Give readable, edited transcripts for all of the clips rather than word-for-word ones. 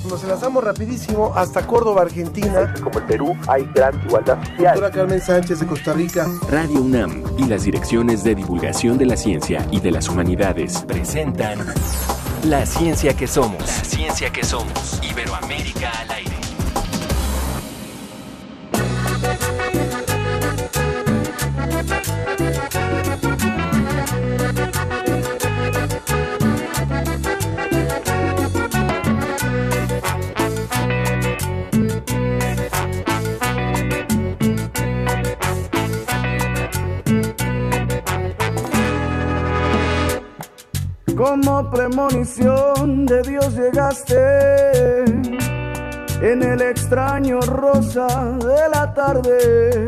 Nos enlazamos rapidísimo hasta Córdoba, Argentina. Como el Perú, hay gran igualdad social. Doctora Carmen Sánchez de Costa Rica. Radio UNAM y las direcciones de divulgación de la ciencia y de las humanidades presentan La Ciencia que Somos. La Ciencia que Somos. Iberoamérica al aire. Como premonición de Dios llegaste en el extraño rosa de la tarde,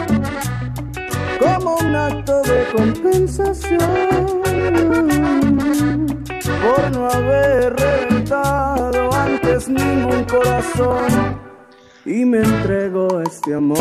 como un acto de compensación por no haber reventado antes ningún corazón, y me entrego este amor.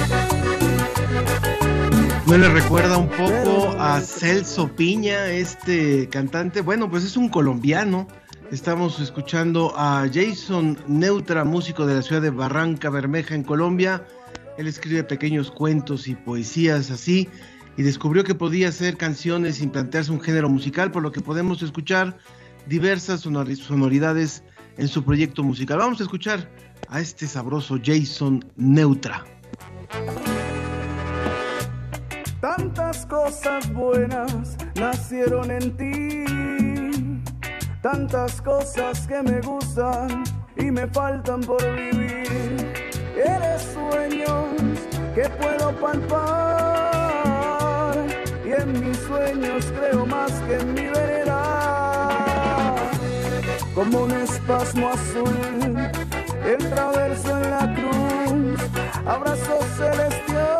¿No le recuerda un poco a Celso Piña, este cantante? Bueno, pues es un colombiano. Estamos escuchando a Jason Neutra, músico de la ciudad de Barranca Bermeja, en Colombia. Él escribe pequeños cuentos y poesías así, y descubrió que podía hacer canciones sin plantearse un género musical, por lo que podemos escuchar diversas sonoridades en su proyecto musical. Vamos a escuchar a este sabroso Jason Neutra. Tantas cosas buenas nacieron en ti, tantas cosas que me gustan y me faltan por vivir. Eres sueños que puedo palpar, y en mis sueños creo más que en mi vereda. Como un espasmo azul, el traverso en la cruz, abrazo celestial.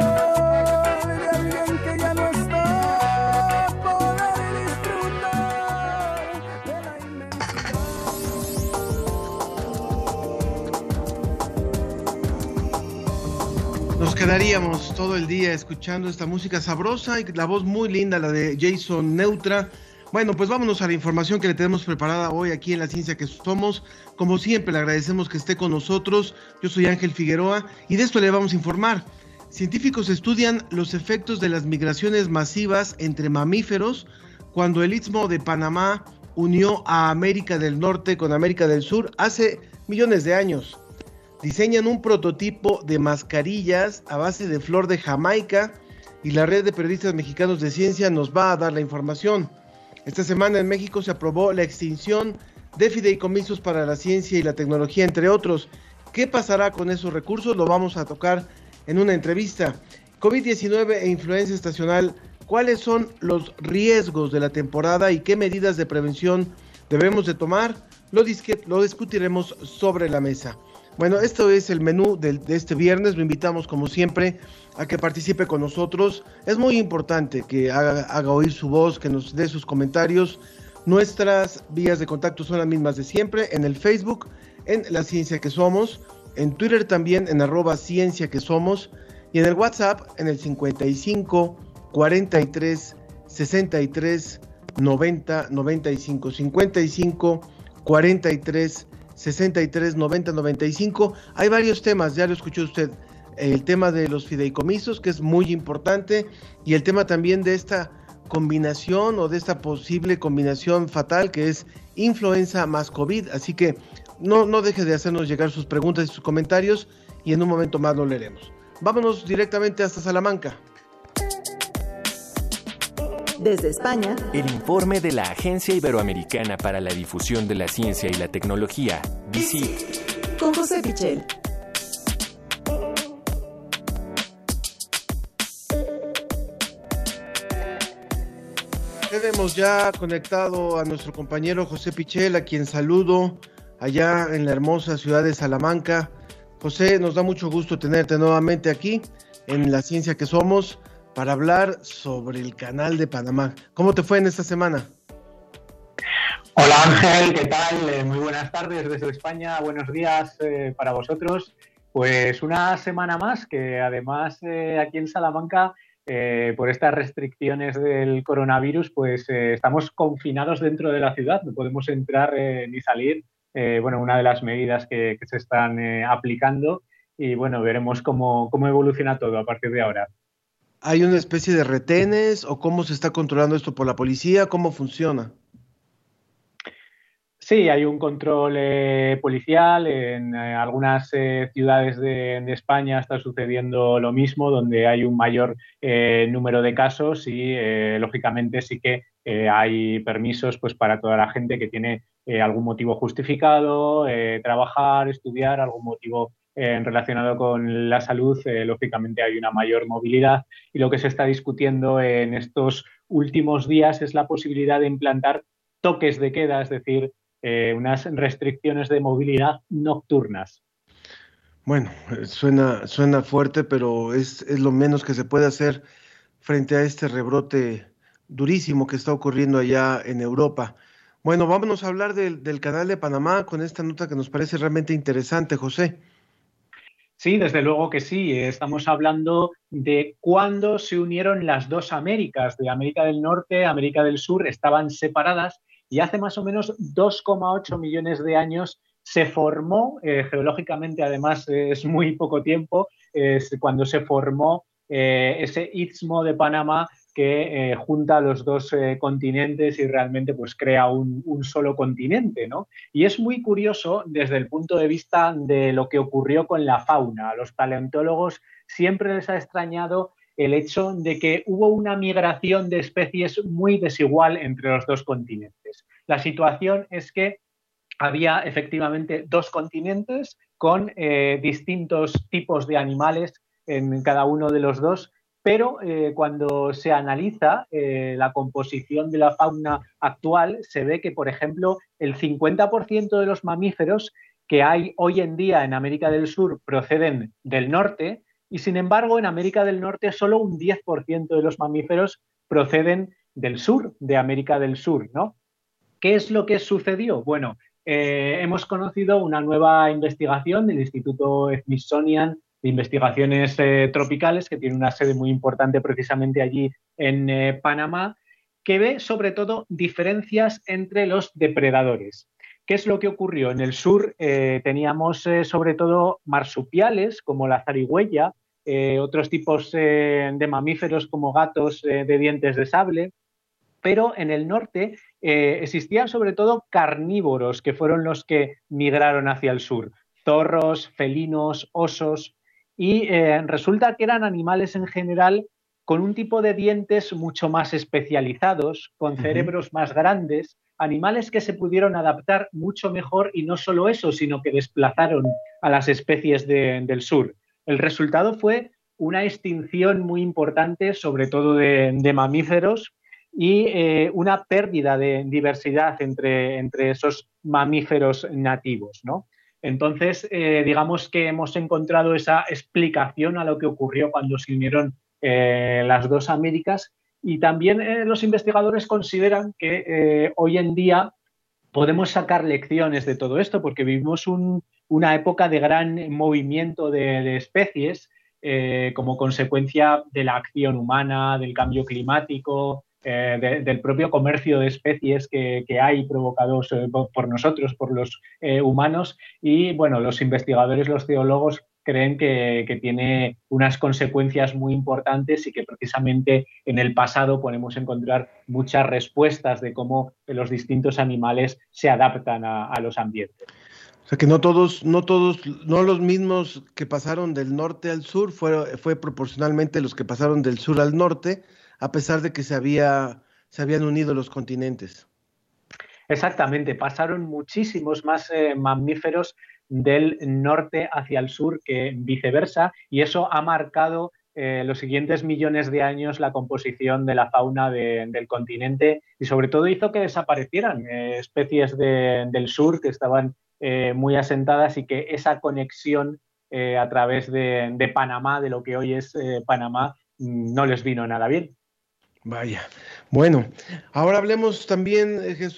Nos quedaríamos todo el día escuchando esta música sabrosa y la voz muy linda, la de Jason Neutra. Bueno, pues vámonos a la información que le tenemos preparada hoy aquí en La Ciencia que Somos. Como siempre, le agradecemos que esté con nosotros. Yo soy Ángel Figueroa y de esto le vamos a informar. Científicos estudian los efectos de las migraciones masivas entre mamíferos cuando el Istmo de Panamá unió a América del Norte con América del Sur hace millones de años. Diseñan un prototipo de mascarillas a base de flor de Jamaica y la red de periodistas mexicanos de ciencia nos va a dar la información. Esta semana en México se aprobó la extinción de fideicomisos para la ciencia y la tecnología, entre otros. ¿Qué pasará con esos recursos? Lo vamos a tocar en una entrevista. COVID-19 e influenza estacional, ¿cuáles son los riesgos de la temporada y qué medidas de prevención debemos de tomar? Lo discutiremos sobre la mesa. Bueno, esto es el menú de este viernes. Lo invitamos, como siempre, a que participe con nosotros. Es muy importante que haga oír su voz, que nos dé sus comentarios. Nuestras vías de contacto son las mismas de siempre. En el Facebook, en La Ciencia que Somos. En Twitter también, en @Ciencia que Somos. Y en el WhatsApp, en el 55 43 63 90 95. 55 43 63 90 95. Hay varios temas, ya lo escuchó usted. El tema de los fideicomisos, que es muy importante, y el tema también de esta combinación o de esta posible combinación fatal que es influenza más COVID. Así que no deje de hacernos llegar sus preguntas y sus comentarios, y en un momento más lo leeremos. Vámonos directamente hasta Salamanca. Desde España, el informe de la Agencia Iberoamericana para la Difusión de la Ciencia y la Tecnología, DICIT, con José Pichel. Tenemos ya conectado a nuestro compañero José Pichel, a quien saludo allá en la hermosa ciudad de Salamanca. José, nos da mucho gusto tenerte nuevamente aquí en La Ciencia que Somos, para hablar sobre el Canal de Panamá. ¿Cómo te fue en esta semana? Hola Ángel, ¿qué tal? Muy buenas tardes desde España, buenos días para vosotros. Pues una semana más que además aquí en Salamanca, por estas restricciones del coronavirus, pues estamos confinados dentro de la ciudad, no podemos entrar ni salir una de las medidas que se están aplicando y bueno, veremos cómo evoluciona todo a partir de ahora. ¿Hay una especie de retenes o cómo se está controlando esto por la policía? ¿Cómo funciona? Sí, hay un control policial. En algunas ciudades de España está sucediendo lo mismo, donde hay un mayor número de casos y, lógicamente, sí que hay permisos pues, para toda la gente que tiene algún motivo justificado, trabajar, estudiar, algún motivo relacionado con la salud. Lógicamente hay una mayor movilidad y lo que se está discutiendo en estos últimos días es la posibilidad de implantar toques de queda, es decir, unas restricciones de movilidad nocturnas. Bueno, suena fuerte, pero es lo menos que se puede hacer frente a este rebrote durísimo que está ocurriendo allá en Europa. Bueno, vámonos a hablar del Canal de Panamá con esta nota que nos parece realmente interesante, José. Sí, desde luego que sí. Estamos hablando de cuándo se unieron las dos Américas, de América del Norte, América del Sur, estaban separadas y hace más o menos 2,8 millones de años se formó, geológicamente además es muy poco tiempo, es cuando se formó ese istmo de Panamá que junta los dos continentes y realmente pues crea un solo continente, ¿no? Y es muy curioso desde el punto de vista de lo que ocurrió con la fauna. A los paleontólogos siempre les ha extrañado el hecho de que hubo una migración de especies muy desigual entre los dos continentes. La situación es que había efectivamente dos continentes con distintos tipos de animales en cada uno de los dos, pero cuando se analiza la composición de la fauna actual, se ve que, por ejemplo, el 50% de los mamíferos que hay hoy en día en América del Sur proceden del norte y, sin embargo, en América del Norte solo un 10% de los mamíferos proceden del sur, de América del Sur, ¿no? ¿Qué es lo que sucedió? Bueno, hemos conocido una nueva investigación del Instituto Smithsonian de Investigaciones Tropicales, que tiene una sede muy importante precisamente allí en Panamá, que ve sobre todo diferencias entre los depredadores. ¿Qué es lo que ocurrió? En el sur teníamos sobre todo marsupiales como la zarigüeya, otros tipos de mamíferos como gatos de dientes de sable, pero en el norte existían sobre todo carnívoros que fueron los que migraron hacia el sur, zorros, felinos, osos, y resulta que eran animales en general con un tipo de dientes mucho más especializados, con cerebros más grandes, animales que se pudieron adaptar mucho mejor y no solo eso, sino que desplazaron a las especies del sur. El resultado fue una extinción muy importante, sobre todo de mamíferos, y una pérdida de diversidad entre esos mamíferos nativos, ¿no? Entonces, digamos que hemos encontrado esa explicación a lo que ocurrió cuando se unieron las dos Américas y también los investigadores consideran que hoy en día podemos sacar lecciones de todo esto porque vivimos una época de gran movimiento de especies como consecuencia de la acción humana, del cambio climático, del propio comercio de especies que hay provocados por nosotros, por los humanos y bueno, los investigadores, los geólogos creen que tiene unas consecuencias muy importantes y que precisamente en el pasado podemos encontrar muchas respuestas de cómo los distintos animales se adaptan a los ambientes. O sea que no los mismos que pasaron del norte al sur, fue proporcionalmente los que pasaron del sur al norte, a pesar de que se habían unido los continentes. Exactamente, pasaron muchísimos más mamíferos del norte hacia el sur que viceversa y eso ha marcado los siguientes millones de años la composición de la fauna del continente y sobre todo hizo que desaparecieran especies del sur que estaban muy asentadas y que esa conexión a través de Panamá, de lo que hoy es Panamá, no les vino nada bien. Vaya. Bueno, ahora hablemos también,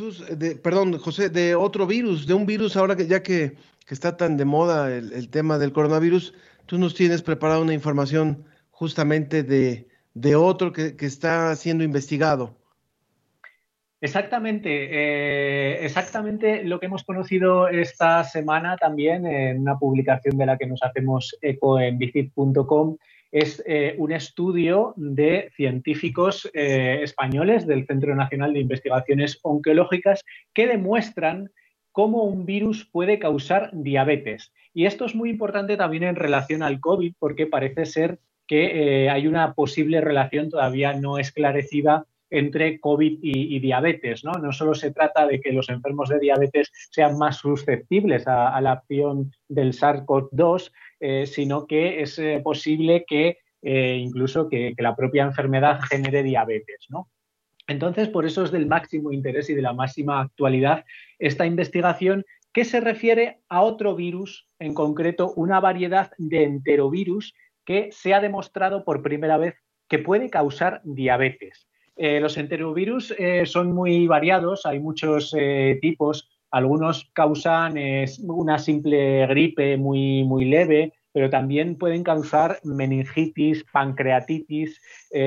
José, de otro virus, de un virus ahora que está tan de moda el tema del coronavirus. Tú nos tienes preparado una información justamente de otro que está siendo investigado. Exactamente lo que hemos conocido esta semana también en una publicación de la que nos hacemos eco en Bicid.com es un estudio de científicos españoles del Centro Nacional de Investigaciones Oncológicas que demuestran cómo un virus puede causar diabetes. Y esto es muy importante también en relación al COVID porque parece ser que hay una posible relación todavía no esclarecida entre COVID y diabetes, ¿no? No solo se trata de que los enfermos de diabetes sean más susceptibles a la acción del SARS-CoV-2, sino que es posible que incluso que la propia enfermedad genere diabetes, ¿no? Entonces, por eso es del máximo interés y de la máxima actualidad esta investigación que se refiere a otro virus, en concreto una variedad de enterovirus que se ha demostrado por primera vez que puede causar diabetes. Los enterovirus son muy variados, hay muchos tipos, algunos causan una simple gripe muy leve, pero también pueden causar meningitis, pancreatitis.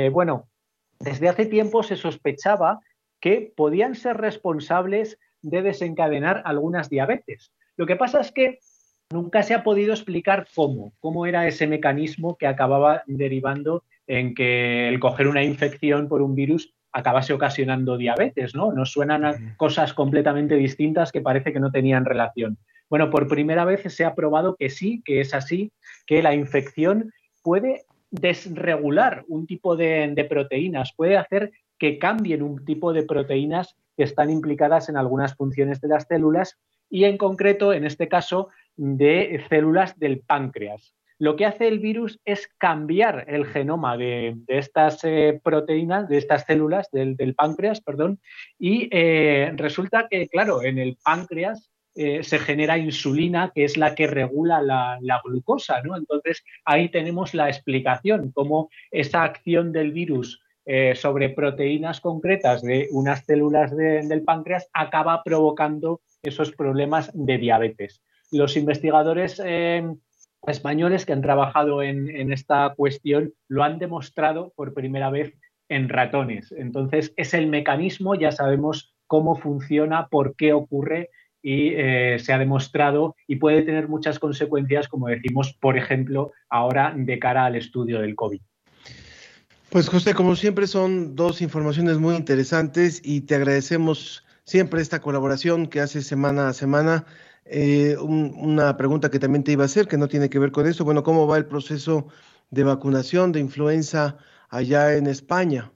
Desde hace tiempo se sospechaba que podían ser responsables de desencadenar algunas diabetes. Lo que pasa es que nunca se ha podido explicar cómo era ese mecanismo que acababa derivando en que el coger una infección por un virus acabase ocasionando diabetes, ¿no? Nos suenan a cosas completamente distintas que parece que no tenían relación. Bueno, por primera vez se ha probado que sí, que es así, que la infección puede desregular un tipo de proteínas, puede hacer que cambien un tipo de proteínas que están implicadas en algunas funciones de las células y en concreto, en este caso, de células del páncreas. Lo que hace el virus es cambiar el genoma de estas proteínas, de estas células del páncreas, y resulta que, claro, en el páncreas se genera insulina, que es la que regula la glucosa, ¿no? Entonces, ahí tenemos la explicación, cómo esa acción del virus sobre proteínas concretas de unas células del páncreas acaba provocando esos problemas de diabetes. Los investigadores españoles que han trabajado en esta cuestión lo han demostrado por primera vez en ratones. Entonces, es el mecanismo, ya sabemos cómo funciona, por qué ocurre y se ha demostrado y puede tener muchas consecuencias, como decimos, por ejemplo, ahora de cara al estudio del COVID. Pues José, como siempre son dos informaciones muy interesantes y te agradecemos siempre esta colaboración que haces semana a semana. Una pregunta que también te iba a hacer, que no tiene que ver con eso. Bueno, ¿cómo va el proceso de vacunación de influenza allá en España?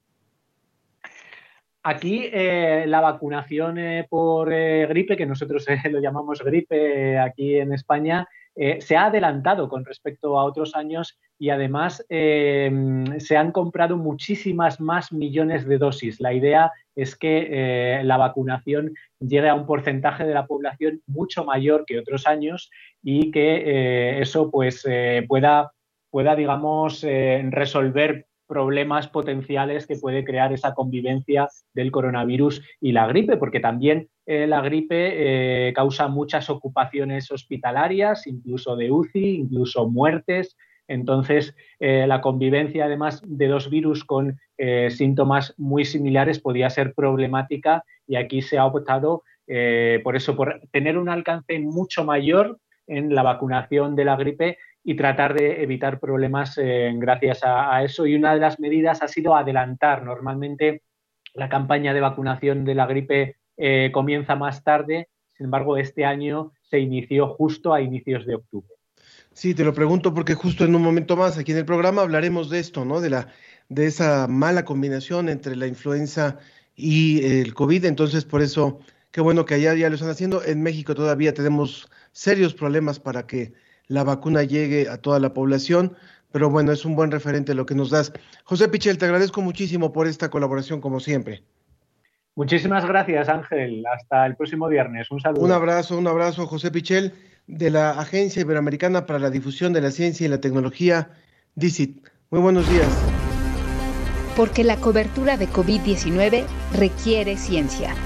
Aquí la vacunación por gripe, que nosotros lo llamamos gripe aquí en España, se ha adelantado con respecto a otros años y además se han comprado muchísimas más millones de dosis. La idea es que la vacunación llegue a un porcentaje de la población mucho mayor que otros años y que eso pues pueda digamos, resolver problemas potenciales que puede crear esa convivencia del coronavirus y la gripe, porque también la gripe causa muchas ocupaciones hospitalarias, incluso de UCI, incluso muertes. Entonces, la convivencia, además de dos virus con síntomas muy similares, podía ser problemática y aquí se ha optado por eso, por tener un alcance mucho mayor en la vacunación de la gripe y tratar de evitar problemas gracias a eso. Y una de las medidas ha sido adelantar. Normalmente la campaña de vacunación de la gripe comienza más tarde, sin embargo este año se inició justo a inicios de octubre. Sí, te lo pregunto porque justo en un momento más aquí en el programa hablaremos de esto, ¿no? De esa mala combinación entre la influenza y el COVID. Entonces, por eso, qué bueno que allá ya lo están haciendo. En México todavía tenemos serios problemas para que la vacuna llegue a toda la población, pero bueno, es un buen referente lo que nos das. José Pichel, te agradezco muchísimo por esta colaboración, como siempre. Muchísimas gracias, Ángel. Hasta el próximo viernes. Un saludo. Un abrazo, José Pichel, de la Agencia Iberoamericana para la Difusión de la Ciencia y la Tecnología, DICIT. Muy buenos días. Porque la cobertura de COVID-19 requiere ciencia.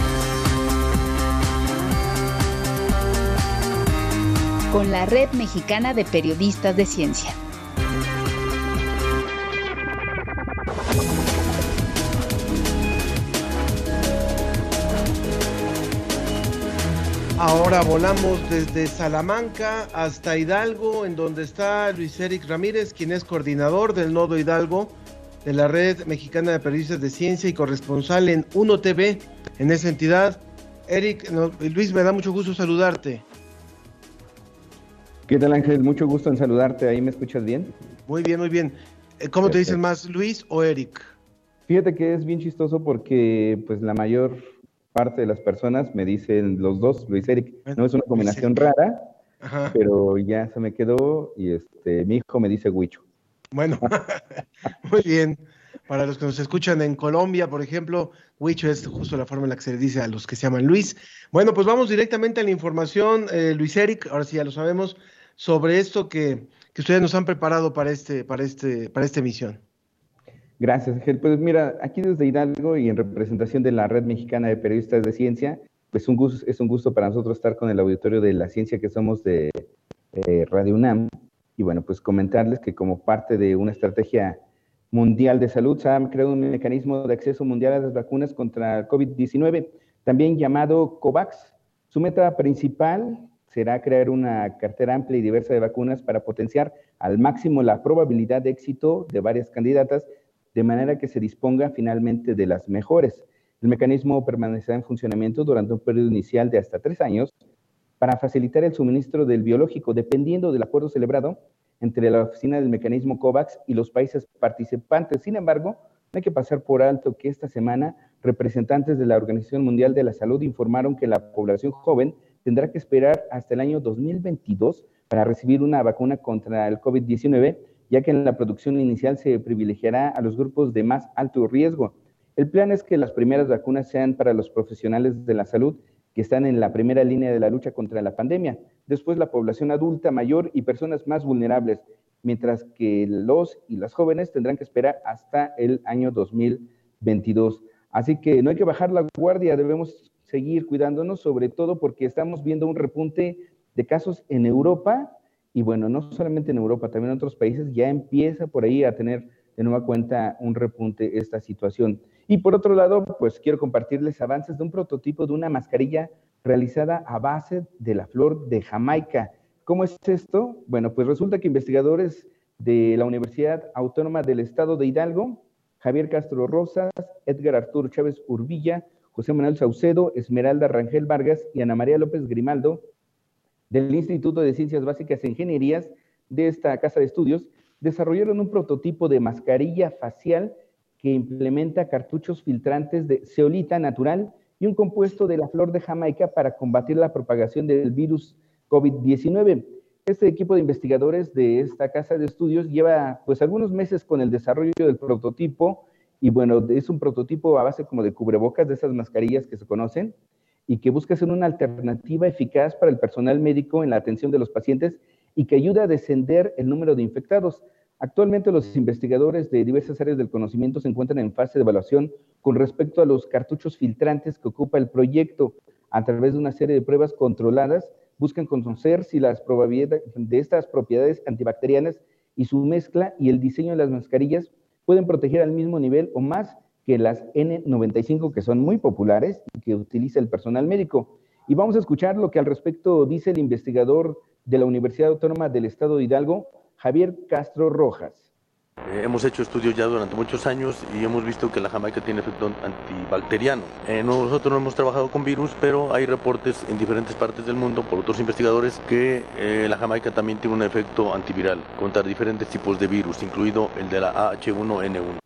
Con la Red Mexicana de Periodistas de Ciencia. Ahora volamos desde Salamanca hasta Hidalgo, en donde está Luis Eric Ramírez, quien es coordinador del Nodo Hidalgo de la Red Mexicana de Periodistas de Ciencia y corresponsal en Uno TV, en esa entidad. Eric, Luis, me da mucho gusto saludarte. ¿Qué tal, Ángel? Mucho gusto en saludarte. ¿Ahí me escuchas bien? Muy bien, muy bien. ¿Cómo te dicen más, Luis o Eric? Fíjate que es bien chistoso porque pues la mayor parte de las personas me dicen los dos, Luis Eric. No es una combinación rara, ajá, pero ya se me quedó y mi hijo me dice Huicho. Bueno, muy bien. Para los que nos escuchan en Colombia, por ejemplo, Huicho es justo la forma en la que se le dice a los que se llaman Luis. Bueno, pues vamos directamente a la información, Luis Eric, ahora sí ya lo sabemos, sobre esto que ustedes nos han preparado para esta emisión. Gracias, Ángel. Pues mira, aquí desde Hidalgo y en representación de la Red Mexicana de Periodistas de Ciencia, pues es un gusto para nosotros estar con el auditorio de La Ciencia que Somos de Radio UNAM. Y bueno, pues comentarles que como parte de una estrategia mundial de salud, se ha creado un mecanismo de acceso mundial a las vacunas contra el COVID-19, también llamado COVAX. Su meta principal será crear una cartera amplia y diversa de vacunas para potenciar al máximo la probabilidad de éxito de varias candidatas, de manera que se disponga finalmente de las mejores. El mecanismo permanecerá en funcionamiento durante un periodo inicial de hasta 3 años para facilitar el suministro del biológico, dependiendo del acuerdo celebrado entre la oficina del mecanismo COVAX y los países participantes. Sin embargo, no hay que pasar por alto que esta semana representantes de la Organización Mundial de la Salud informaron que la población joven tendrá que esperar hasta el año 2022 para recibir una vacuna contra el COVID-19, ya que en la producción inicial se privilegiará a los grupos de más alto riesgo. El plan es que las primeras vacunas sean para los profesionales de la salud que están en la primera línea de la lucha contra la pandemia, después la población adulta mayor y personas más vulnerables, mientras que los y las jóvenes tendrán que esperar hasta el año 2022. Así que no hay que bajar la guardia, debemos seguir cuidándonos, sobre todo porque estamos viendo un repunte de casos en Europa, y bueno, no solamente en Europa, también en otros países ya empieza por ahí a tener de nueva cuenta un repunte esta situación. Y por otro lado, pues quiero compartirles avances de un prototipo de una mascarilla realizada a base de la flor de Jamaica. ¿Cómo es esto? Bueno, pues resulta que investigadores de la Universidad Autónoma del Estado de Hidalgo, Javier Castro Rosas, Edgar Arturo Chávez Urbilla, José Manuel Saucedo, Esmeralda Rangel Vargas y Ana María López Grimaldo, del Instituto de Ciencias Básicas e Ingenierías de esta casa de estudios, desarrollaron un prototipo de mascarilla facial que implementa cartuchos filtrantes de zeolita natural y un compuesto de la flor de Jamaica para combatir la propagación del virus COVID-19. Este equipo de investigadores de esta casa de estudios lleva pues algunos meses con el desarrollo del prototipo y bueno, es un prototipo a base como de cubrebocas, de esas mascarillas que se conocen y que busca ser una alternativa eficaz para el personal médico en la atención de los pacientes y que ayuda a descender el número de infectados. Actualmente los investigadores de diversas áreas del conocimiento se encuentran en fase de evaluación con respecto a los cartuchos filtrantes que ocupa el proyecto. A través de una serie de pruebas controladas, buscan conocer si las probabilidades de estas propiedades antibacterianas y su mezcla y el diseño de las mascarillas pueden proteger al mismo nivel o más que las N95, que son muy populares y que utiliza el personal médico. Y vamos a escuchar lo que al respecto dice el investigador de la Universidad Autónoma del Estado de Hidalgo, Javier Castro Rojas. Hemos hecho estudios ya durante muchos años y hemos visto que la Jamaica tiene efecto antibacteriano. Nosotros no hemos trabajado con virus, pero hay reportes en diferentes partes del mundo por otros investigadores que la Jamaica también tiene un efecto antiviral contra diferentes tipos de virus, incluido el de la H1N1.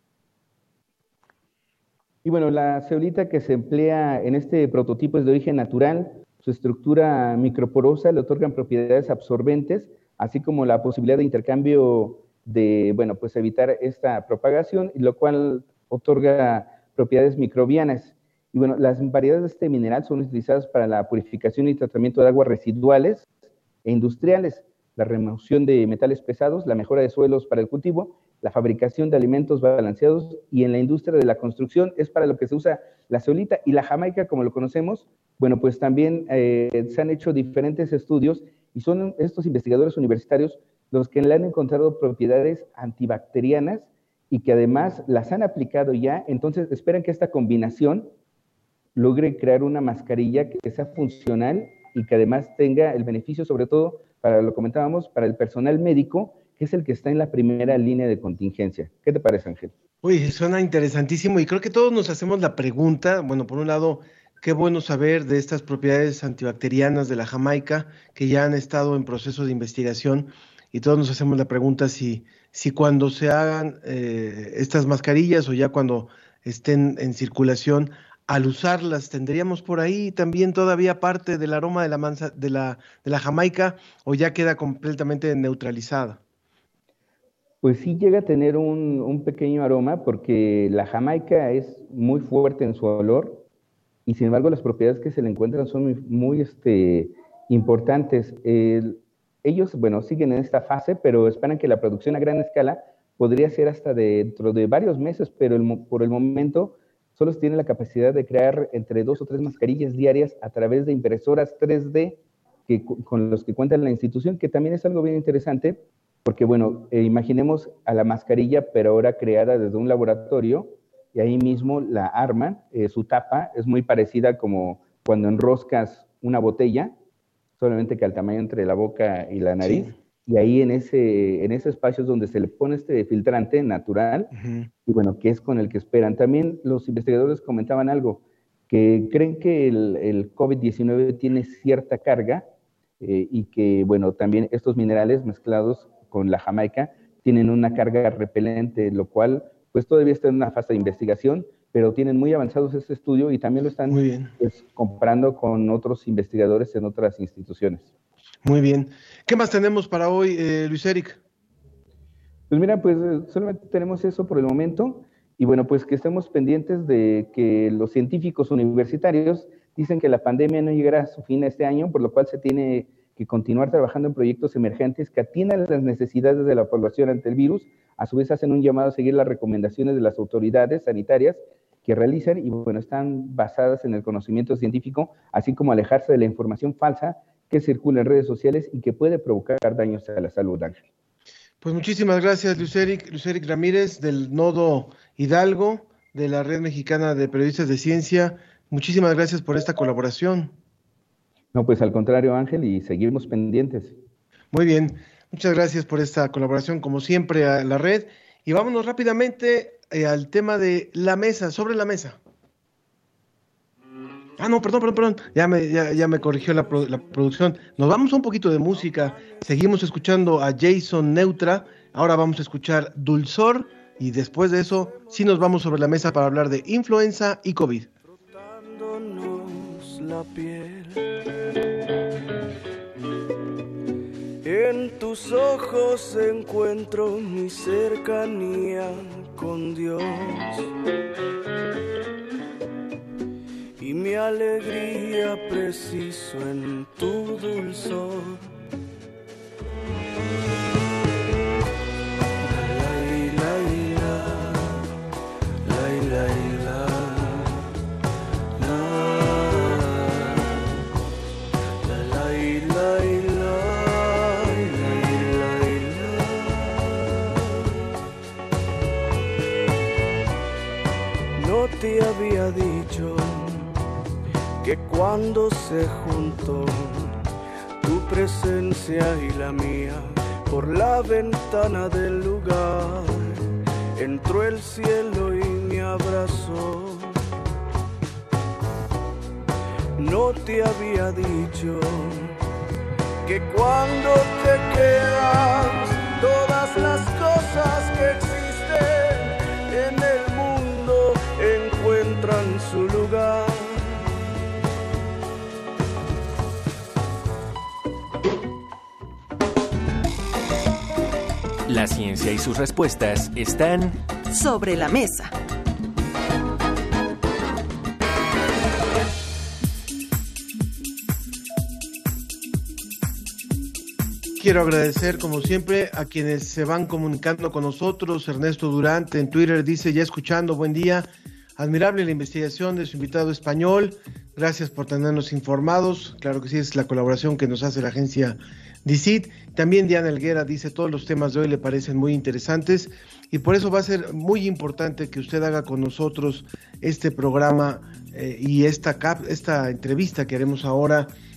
Y bueno, la zeolita que se emplea en este prototipo es de origen natural. Su estructura microporosa le otorgan propiedades absorbentes, así como la posibilidad de intercambio de, bueno, pues evitar esta propagación, lo cual otorga propiedades microbianas. Y bueno, las variedades de este mineral son utilizadas para la purificación y tratamiento de aguas residuales e industriales, la remoción de metales pesados, la mejora de suelos para el cultivo, la fabricación de alimentos balanceados y en la industria de la construcción es para lo que se usa la zeolita. Y la Jamaica, como lo conocemos, bueno, pues también se han hecho diferentes estudios y son estos investigadores universitarios los que le han encontrado propiedades antibacterianas y que además las han aplicado ya. Entonces esperan que esta combinación logre crear una mascarilla que sea funcional y que además tenga el beneficio, sobre todo, lo comentábamos, para el personal médico, que es el que está en la primera línea de contingencia. ¿Qué te parece, Ángel? Uy, suena interesantísimo y creo que todos nos hacemos la pregunta, bueno, por un lado, qué bueno saber de estas propiedades antibacterianas de la Jamaica que ya han estado en proceso de investigación y todos nos hacemos la pregunta si cuando se hagan estas mascarillas o ya cuando estén en circulación, al usarlas, ¿tendríamos por ahí también todavía parte del aroma de la Jamaica o ya queda completamente neutralizada? Pues sí llega a tener un pequeño aroma porque la Jamaica es muy fuerte en su olor y sin embargo las propiedades que se le encuentran son muy importantes. Ellos, bueno, siguen en esta fase, pero esperan que la producción a gran escala podría ser hasta dentro de varios meses, pero por el momento solo tienen la capacidad de crear entre 2 o 3 mascarillas diarias a través de impresoras 3D con los que cuenta la institución, que también es algo bien interesante, porque bueno, imaginemos a la mascarilla, pero ahora creada desde un laboratorio, y ahí mismo la arman, su tapa es muy parecida como cuando enroscas una botella, solamente que al tamaño entre la boca y la nariz, sí. Y ahí en ese espacio es donde se le pone este filtrante natural, y bueno, que es con el que esperan. También los investigadores comentaban algo, que creen que el COVID-19 tiene cierta carga, y que, bueno, también estos minerales mezclados con la Jamaica tienen una carga repelente, lo cual, pues todavía está en una fase de investigación, pero tienen muy avanzados este estudio y también lo están comparando con otros investigadores en otras instituciones. Muy bien. ¿Qué más tenemos para hoy, Luis Eric? Pues mira, pues solamente tenemos eso por el momento y bueno, pues que estemos pendientes de que los científicos universitarios dicen que la pandemia no llegará a su fin este año, por lo cual se tiene que continuar trabajando en proyectos emergentes que atiendan las necesidades de la población ante el virus. A su vez hacen un llamado a seguir las recomendaciones de las autoridades sanitarias que realizan y bueno, están basadas en el conocimiento científico, así como alejarse de la información falsa que circula en redes sociales y que puede provocar daños a la salud, Ángel. Pues muchísimas gracias, Luis Eric Ramírez, del Nodo Hidalgo, de la Red Mexicana de Periodistas de Ciencia. Muchísimas gracias por esta colaboración. No, pues al contrario, Ángel, y seguimos pendientes. Muy bien, muchas gracias por esta colaboración, como siempre, a la red. Y vámonos rápidamente al tema de la mesa, sobre la mesa. Ah, no, perdón. Ya me corrigió la producción. Nos vamos a un poquito de música. Seguimos escuchando a Jason Neutra. Ahora vamos a escuchar Dulzor. Y después de eso, sí nos vamos sobre la mesa para hablar de influenza y COVID. Frotándonos la piel. En tus ojos encuentro mi cercanía con Dios. Y mi alegría preciso en tu dulzor. No te había dicho que cuando se juntó tu presencia y la mía por la ventana del lugar, entró el cielo y me abrazó. No te había dicho que cuando te quedas, todas las cosas que existen en el mundo encuentran su lugar. La ciencia y sus respuestas están sobre la mesa. Quiero agradecer, como siempre, a quienes se van comunicando con nosotros. Ernesto Durante en Twitter dice, ya escuchando, buen día. Admirable la investigación de su invitado español. Gracias por tenernos informados. Claro que sí, es la colaboración que nos hace la agencia DICIT. También Diana Helguera dice, todos los temas de hoy le parecen muy interesantes y por eso va a ser muy importante que usted haga con nosotros este programa y esta entrevista que haremos ahora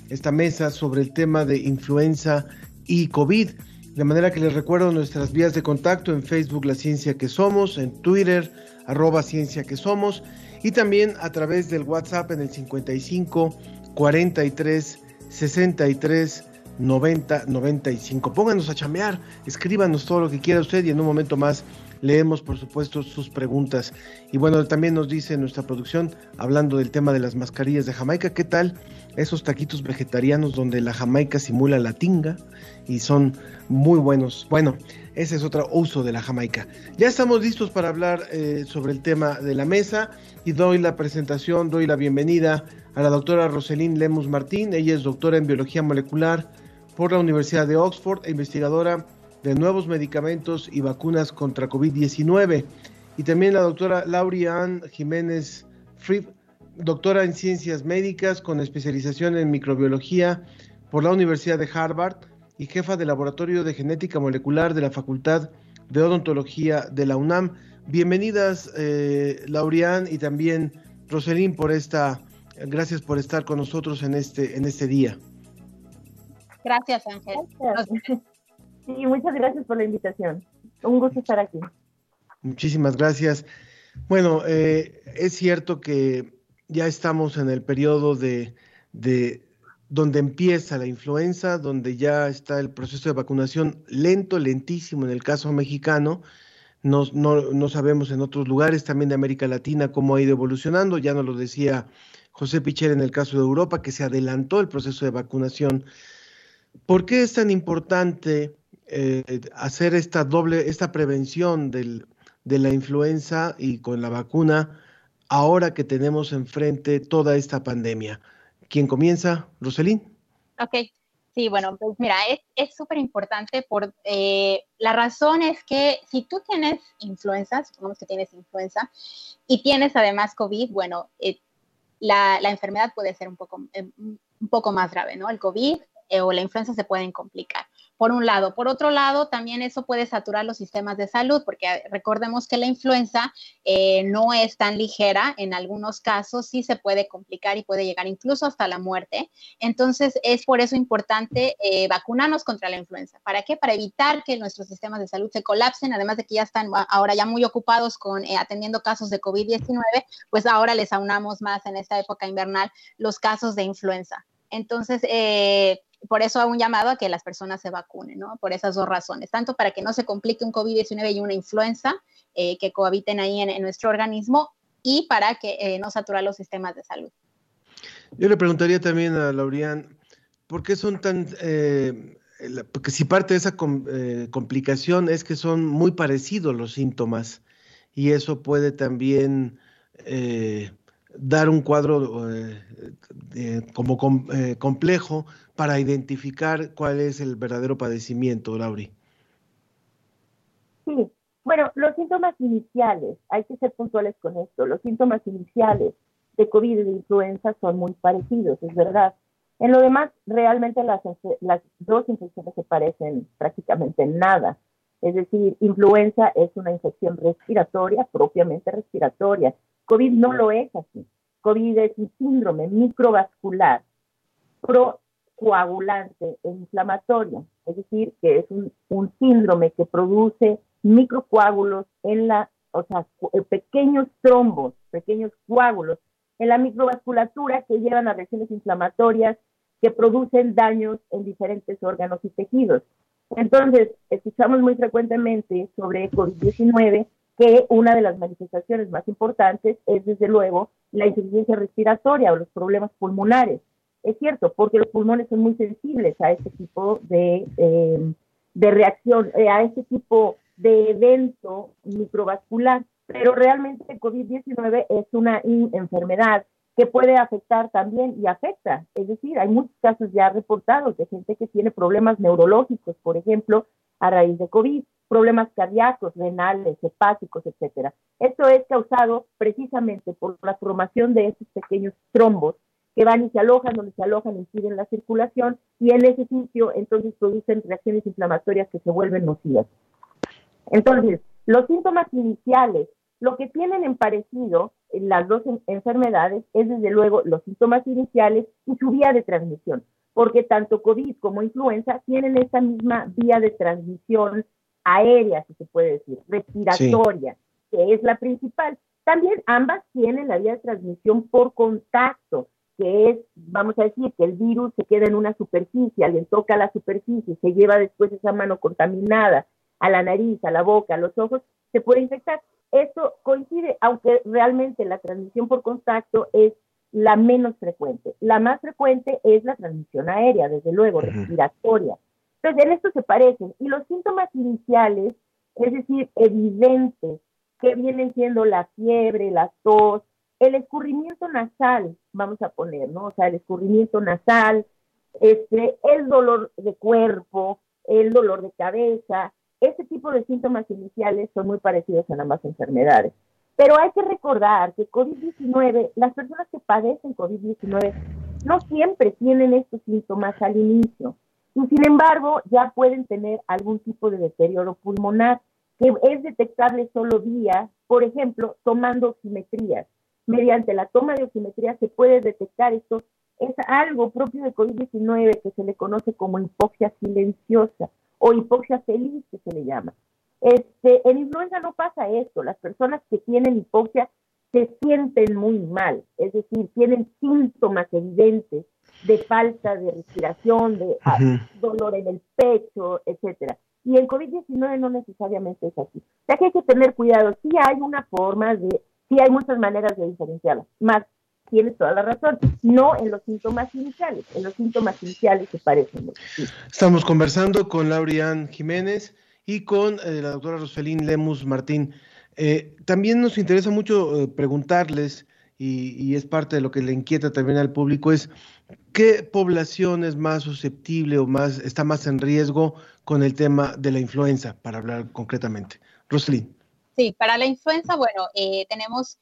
esta mesa sobre el tema de influenza y COVID. De manera que les recuerdo nuestras vías de contacto en Facebook La Ciencia que Somos, en Twitter @Ciencia que Somos, y también a través del WhatsApp en el 55 43 63 90 95. Pónganos a chamear, escríbanos todo lo que quiera usted y en un momento más leemos, por supuesto, sus preguntas. Y bueno, también nos dice nuestra producción, hablando del tema de las mascarillas de Jamaica, ¿qué tal esos taquitos vegetarianos donde la Jamaica simula la tinga y son muy buenos? Bueno, ese es otro uso de la Jamaica. Ya estamos listos para hablar sobre el tema de la mesa y doy la bienvenida a la doctora Roselyn Lemus Martín. Ella es doctora en biología molecular por la Universidad de Oxford e investigadora de nuevos medicamentos y vacunas contra COVID-19. Y también la doctora Lauriane Jiménez Fried, doctora en ciencias médicas con especialización en microbiología por la Universidad de Harvard y jefa del laboratorio de genética molecular de la Facultad de Odontología de la UNAM. Bienvenidas, Lauriane y también Roselyn, gracias por estar con nosotros en este día. Gracias, Ángel. Gracias. Sí, muchas gracias por la invitación. Un gusto estar aquí. Muchísimas gracias. Bueno, es cierto que ya estamos en el periodo de donde empieza la influenza, donde ya está el proceso de vacunación lentísimo en el caso mexicano. No sabemos en otros lugares también de América Latina cómo ha ido evolucionando. Ya nos lo decía José Pichel en el caso de Europa, que se adelantó el proceso de vacunación. ¿Por qué es tan importante hacer esta prevención de la influenza y con la vacuna ahora que tenemos enfrente toda esta pandemia? ¿Quién comienza? ¿Roselyn? Ok, sí, bueno, pues mira, es súper importante la razón es que si tú tienes influenza, supongamos que tienes influenza y tienes además COVID, bueno, la enfermedad puede ser un poco más grave, ¿no? El COVID o la influenza se pueden complicar, por un lado. Por otro lado, también eso puede saturar los sistemas de salud, porque recordemos que la influenza no es tan ligera, en algunos casos sí se puede complicar y puede llegar incluso hasta la muerte. Entonces, es por eso importante vacunarnos contra la influenza. ¿Para qué? Para evitar que nuestros sistemas de salud se colapsen, además de que ya están ahora ya muy ocupados con atendiendo casos de COVID-19, pues ahora les aunamos más en esta época invernal los casos de influenza. Entonces, por eso hago un llamado a que las personas se vacunen, ¿no? Por esas dos razones, tanto para que no se complique un COVID-19 y una influenza que cohabiten ahí en nuestro organismo y para que no saturar los sistemas de salud. Yo le preguntaría también a Lauriane, ¿por qué son tan... porque si parte de esa complicación es que son muy parecidos los síntomas y eso puede también... dar un cuadro complejo para identificar cuál es el verdadero padecimiento, Lauri. Sí, bueno, los síntomas iniciales, hay que ser puntuales con esto, los síntomas iniciales de COVID y de influenza son muy parecidos, es verdad. En lo demás, realmente las dos infecciones se parecen prácticamente en nada. Es decir, influenza es una infección respiratoria, propiamente respiratoria. COVID no lo es así. COVID es un síndrome microvascular procoagulante e inflamatorio. Es decir, que es un síndrome que produce microcoágulos pequeños trombos, pequeños coágulos en la microvasculatura que llevan a reacciones inflamatorias que producen daños en diferentes órganos y tejidos. Entonces, escuchamos muy frecuentemente sobre COVID-19 que una de las manifestaciones más importantes es, desde luego, la insuficiencia respiratoria o los problemas pulmonares. Es cierto, porque los pulmones son muy sensibles a este tipo de reacción, a este tipo de evento microvascular, pero realmente el COVID-19 es una enfermedad que puede afectar también y afecta. Es decir, hay muchos casos ya reportados de gente que tiene problemas neurológicos, por ejemplo, a raíz de COVID, problemas cardíacos, renales, hepáticos, etcétera. Esto es causado precisamente por la formación de estos pequeños trombos que van y se alojan, donde se alojan, impiden la circulación y en ese sitio entonces producen reacciones inflamatorias que se vuelven nocivas. Entonces, los síntomas iniciales, lo que tienen en parecido las dos enfermedades es desde luego los síntomas iniciales y su vía de transmisión. porque tanto COVID como influenza tienen esa misma vía de transmisión aérea, si se puede decir, respiratoria, que es la principal. También ambas tienen la vía de transmisión por contacto, que es, vamos a decir, que el virus se queda en una superficie, alguien toca la superficie, se lleva después esa mano contaminada a la nariz, a la boca, a los ojos, se puede infectar. Esto coincide, aunque realmente la transmisión por contacto es la menos frecuente. La más frecuente es la transmisión aérea, desde luego, respiratoria. Entonces, en esto se parecen. Y los síntomas iniciales, es decir, evidentes, que vienen siendo la fiebre, la tos, el escurrimiento nasal, vamos a poner, ¿no? O sea, el escurrimiento nasal, el dolor de cuerpo, el dolor de cabeza, ese tipo de síntomas iniciales son muy parecidos en ambas enfermedades. Pero hay que recordar que COVID-19, las personas que padecen COVID-19 no siempre tienen estos síntomas al inicio. Y sin embargo, ya pueden tener algún tipo de deterioro pulmonar que es detectable solo vía, por ejemplo, tomando oximetrías. Mediante la toma de oximetría se puede detectar esto. Es algo propio de COVID-19 que se le conoce como hipoxia silenciosa o hipoxia feliz, que se le llama. En influenza no pasa esto. Las personas que tienen hipoxia se sienten muy mal, es decir, tienen síntomas evidentes de falta de respiración, de dolor en el pecho, etcétera. Y en COVID-19 no necesariamente es así. O sea que hay que tener cuidado. Sí hay sí hay muchas maneras de diferenciarlas. Más, tienes toda la razón. No en los síntomas iniciales. En los síntomas iniciales se parecen mucho. Sí. Estamos conversando con Laurian Jiménez y con la doctora Roselyn Lemus Martín. También nos interesa mucho preguntarles, y es parte de lo que le inquieta también al público, es ¿qué población es más susceptible o está más en riesgo con el tema de la influenza, para hablar concretamente? Roselyn. Sí, para la influenza, bueno, tenemos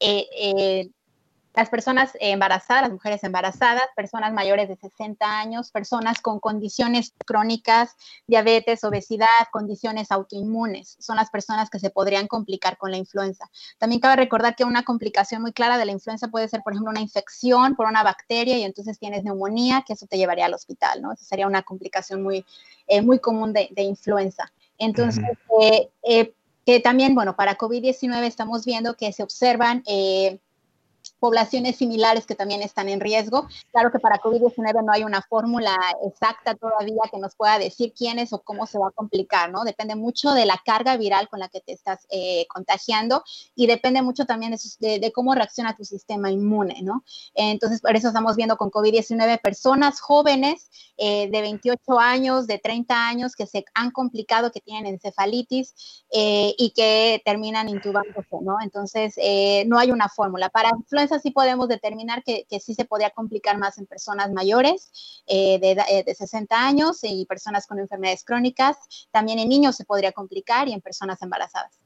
las personas embarazadas, las mujeres embarazadas, personas mayores de 60 años, personas con condiciones crónicas, diabetes, obesidad, condiciones autoinmunes. Son las personas que se podrían complicar con la influenza. También cabe recordar que una complicación muy clara de la influenza puede ser, por ejemplo, una infección por una bacteria y entonces tienes neumonía, que eso te llevaría al hospital, ¿no? Esa sería una complicación muy común de influenza. Entonces, que también, bueno, para COVID-19 estamos viendo que se observan poblaciones similares que también están en riesgo. Claro que para COVID-19 no hay una fórmula exacta todavía que nos pueda decir quién es o cómo se va a complicar, ¿no? Depende mucho de la carga viral con la que te estás contagiando y depende mucho también de cómo reacciona tu sistema inmune, ¿no? Entonces, por eso estamos viendo con COVID-19 personas jóvenes de 28 años, de 30 años que se han complicado, que tienen encefalitis y que terminan intubándose, ¿no? Entonces, no hay una fórmula. Para influenza sí podemos determinar que sí se podría complicar más en personas mayores de 60 años y personas con enfermedades crónicas. También en niños se podría complicar y en personas embarazadas.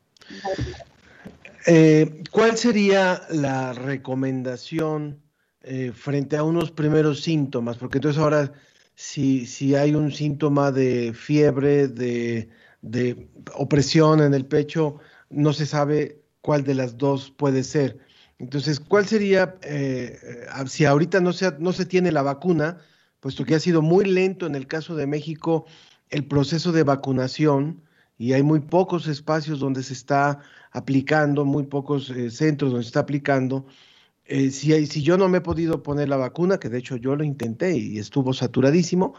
¿Cuál sería la recomendación frente a unos primeros síntomas? Porque entonces ahora si hay un síntoma de fiebre, de opresión en el pecho, no se sabe cuál de las dos puede ser. Entonces, ¿cuál sería, si ahorita no se tiene la vacuna, puesto que ha sido muy lento en el caso de México el proceso de vacunación y hay muy pocos espacios donde se está aplicando, muy pocos centros donde se está aplicando, si yo no me he podido poner la vacuna, que de hecho yo lo intenté y estuvo saturadísimo,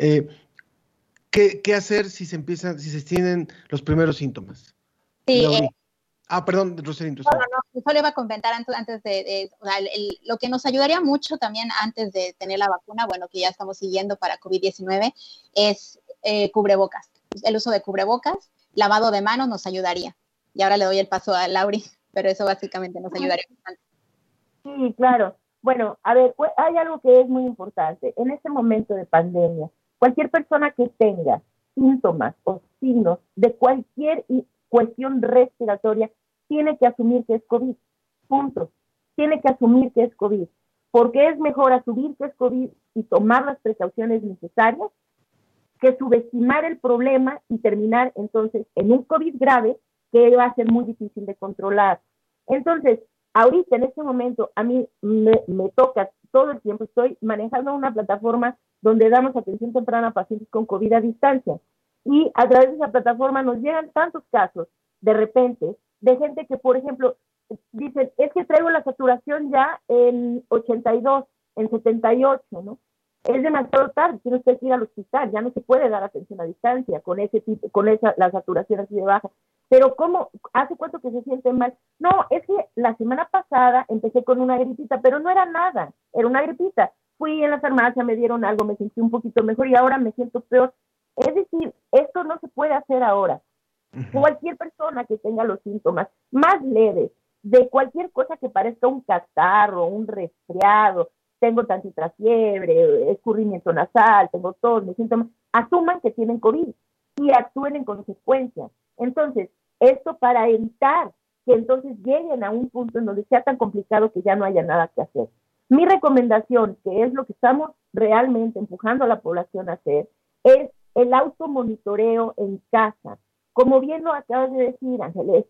¿qué hacer si se tienen los primeros síntomas? Sí, perdón, Roselyn. No, solo iba a comentar antes o sea, lo que nos ayudaría mucho también antes de tener la vacuna, bueno, que ya estamos siguiendo para COVID-19, es cubrebocas. El uso de cubrebocas, lavado de manos nos ayudaría. Y ahora le doy el paso a Lauri, pero eso básicamente nos ayudaría bastante. Sí, claro. Bueno, a ver, hay algo que es muy importante. En este momento de pandemia, cualquier persona que tenga síntomas o signos de cualquier cuestión respiratoria tiene que asumir que es COVID, punto. Tiene que asumir que es COVID, porque es mejor asumir que es COVID y tomar las precauciones necesarias que subestimar el problema y terminar entonces en un COVID grave que va a ser muy difícil de controlar. Entonces, ahorita en este momento a mí me toca todo el tiempo, estoy manejando una plataforma donde damos atención temprana a pacientes con COVID a distancia. Y a través de esa plataforma nos llegan tantos casos, de repente, de gente que, por ejemplo, dicen, es que traigo la saturación ya en 82, en 78, ¿no? Es demasiado tarde, tiene usted que ir al hospital, ya no se puede dar atención a distancia con ese tipo, la saturación así de baja. Pero ¿cómo? ¿Hace cuánto que se siente mal? No, es que la semana pasada empecé con una gripita, pero no era nada, era una gripita. Fui en la farmacia, me dieron algo, me sentí un poquito mejor y ahora me siento peor. Es decir, esto no se puede hacer ahora. Cualquier persona que tenga los síntomas más leves, de cualquier cosa que parezca un catarro, un resfriado, tengo tantita fiebre, escurrimiento nasal, tengo tos, me siento mal, asuman que tienen COVID y actúen en consecuencia. Entonces, esto para evitar que entonces lleguen a un punto en donde sea tan complicado que ya no haya nada que hacer. Mi recomendación, que es lo que estamos realmente empujando a la población a hacer, es el automonitoreo en casa. Como bien lo acabas de decir, Ángel,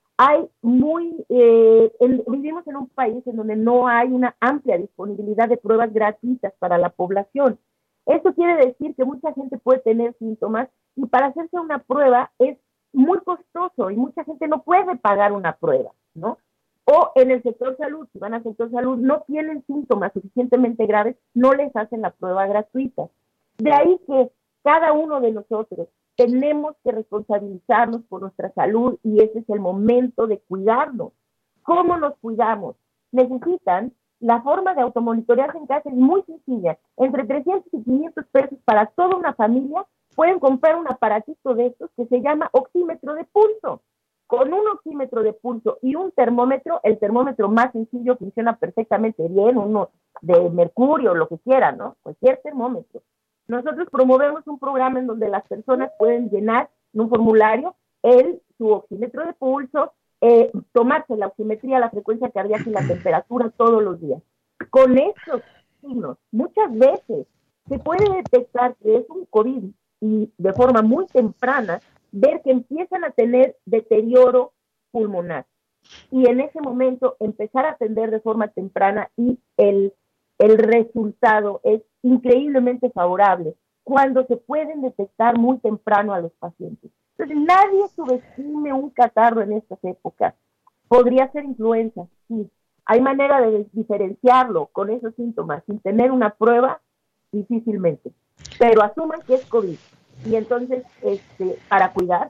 vivimos en un país en donde no hay una amplia disponibilidad de pruebas gratuitas para la población. Eso quiere decir que mucha gente puede tener síntomas y para hacerse una prueba es muy costoso y mucha gente no puede pagar una prueba, ¿no? O en el sector salud, si van al sector salud, no tienen síntomas suficientemente graves, no les hacen la prueba gratuita. De ahí que cada uno de nosotros tenemos que responsabilizarnos por nuestra salud y ese es el momento de cuidarnos. ¿Cómo nos cuidamos? Necesitan, la forma de automonitorearse en casa es muy sencilla. Entre 300 y 500 pesos para toda una familia pueden comprar un aparatito de estos que se llama oxímetro de pulso. Con un oxímetro de pulso y un termómetro, el termómetro más sencillo funciona perfectamente bien, uno de mercurio, lo que quieran, ¿no? Cualquier termómetro. Nosotros promovemos un programa en donde las personas pueden llenar en un formulario su oxímetro de pulso, tomarse la oximetría, la frecuencia cardíaca y la temperatura todos los días. Con estos signos, muchas veces se puede detectar que es un COVID y de forma muy temprana ver que empiezan a tener deterioro pulmonar. Y en ese momento empezar a atender de forma temprana y el resultado es increíblemente favorable cuando se pueden detectar muy temprano a los pacientes. Entonces, nadie subestime un catarro en estas épocas. Podría ser influenza, sí. Hay manera de diferenciarlo con esos síntomas sin tener una prueba, difícilmente. Pero asuman que es COVID. Y entonces, para cuidar.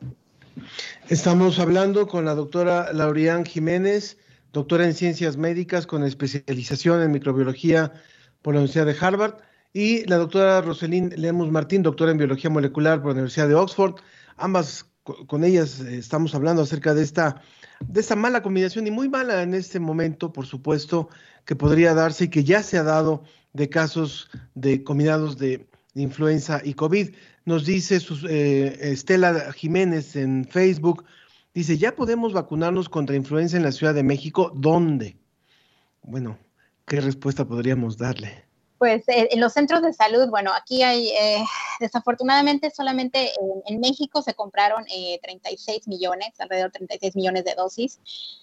Estamos hablando con la doctora Laurian Jiménez, doctora en Ciencias Médicas con especialización en microbiología por la Universidad de Harvard, y la doctora Roselyn Lemus Martín, doctora en Biología Molecular por la Universidad de Oxford. Ambas, con ellas estamos hablando acerca de esta mala combinación, y muy mala en este momento, por supuesto, que podría darse y que ya se ha dado de casos de combinados de influenza y COVID. Nos dice Estela Jiménez en Facebook, dice, ¿ya podemos vacunarnos contra influenza en la Ciudad de México? ¿Dónde? Bueno, ¿qué respuesta podríamos darle? Pues en los centros de salud, bueno, aquí hay, desafortunadamente solamente en México se compraron 36 millones, alrededor de 36 millones de dosis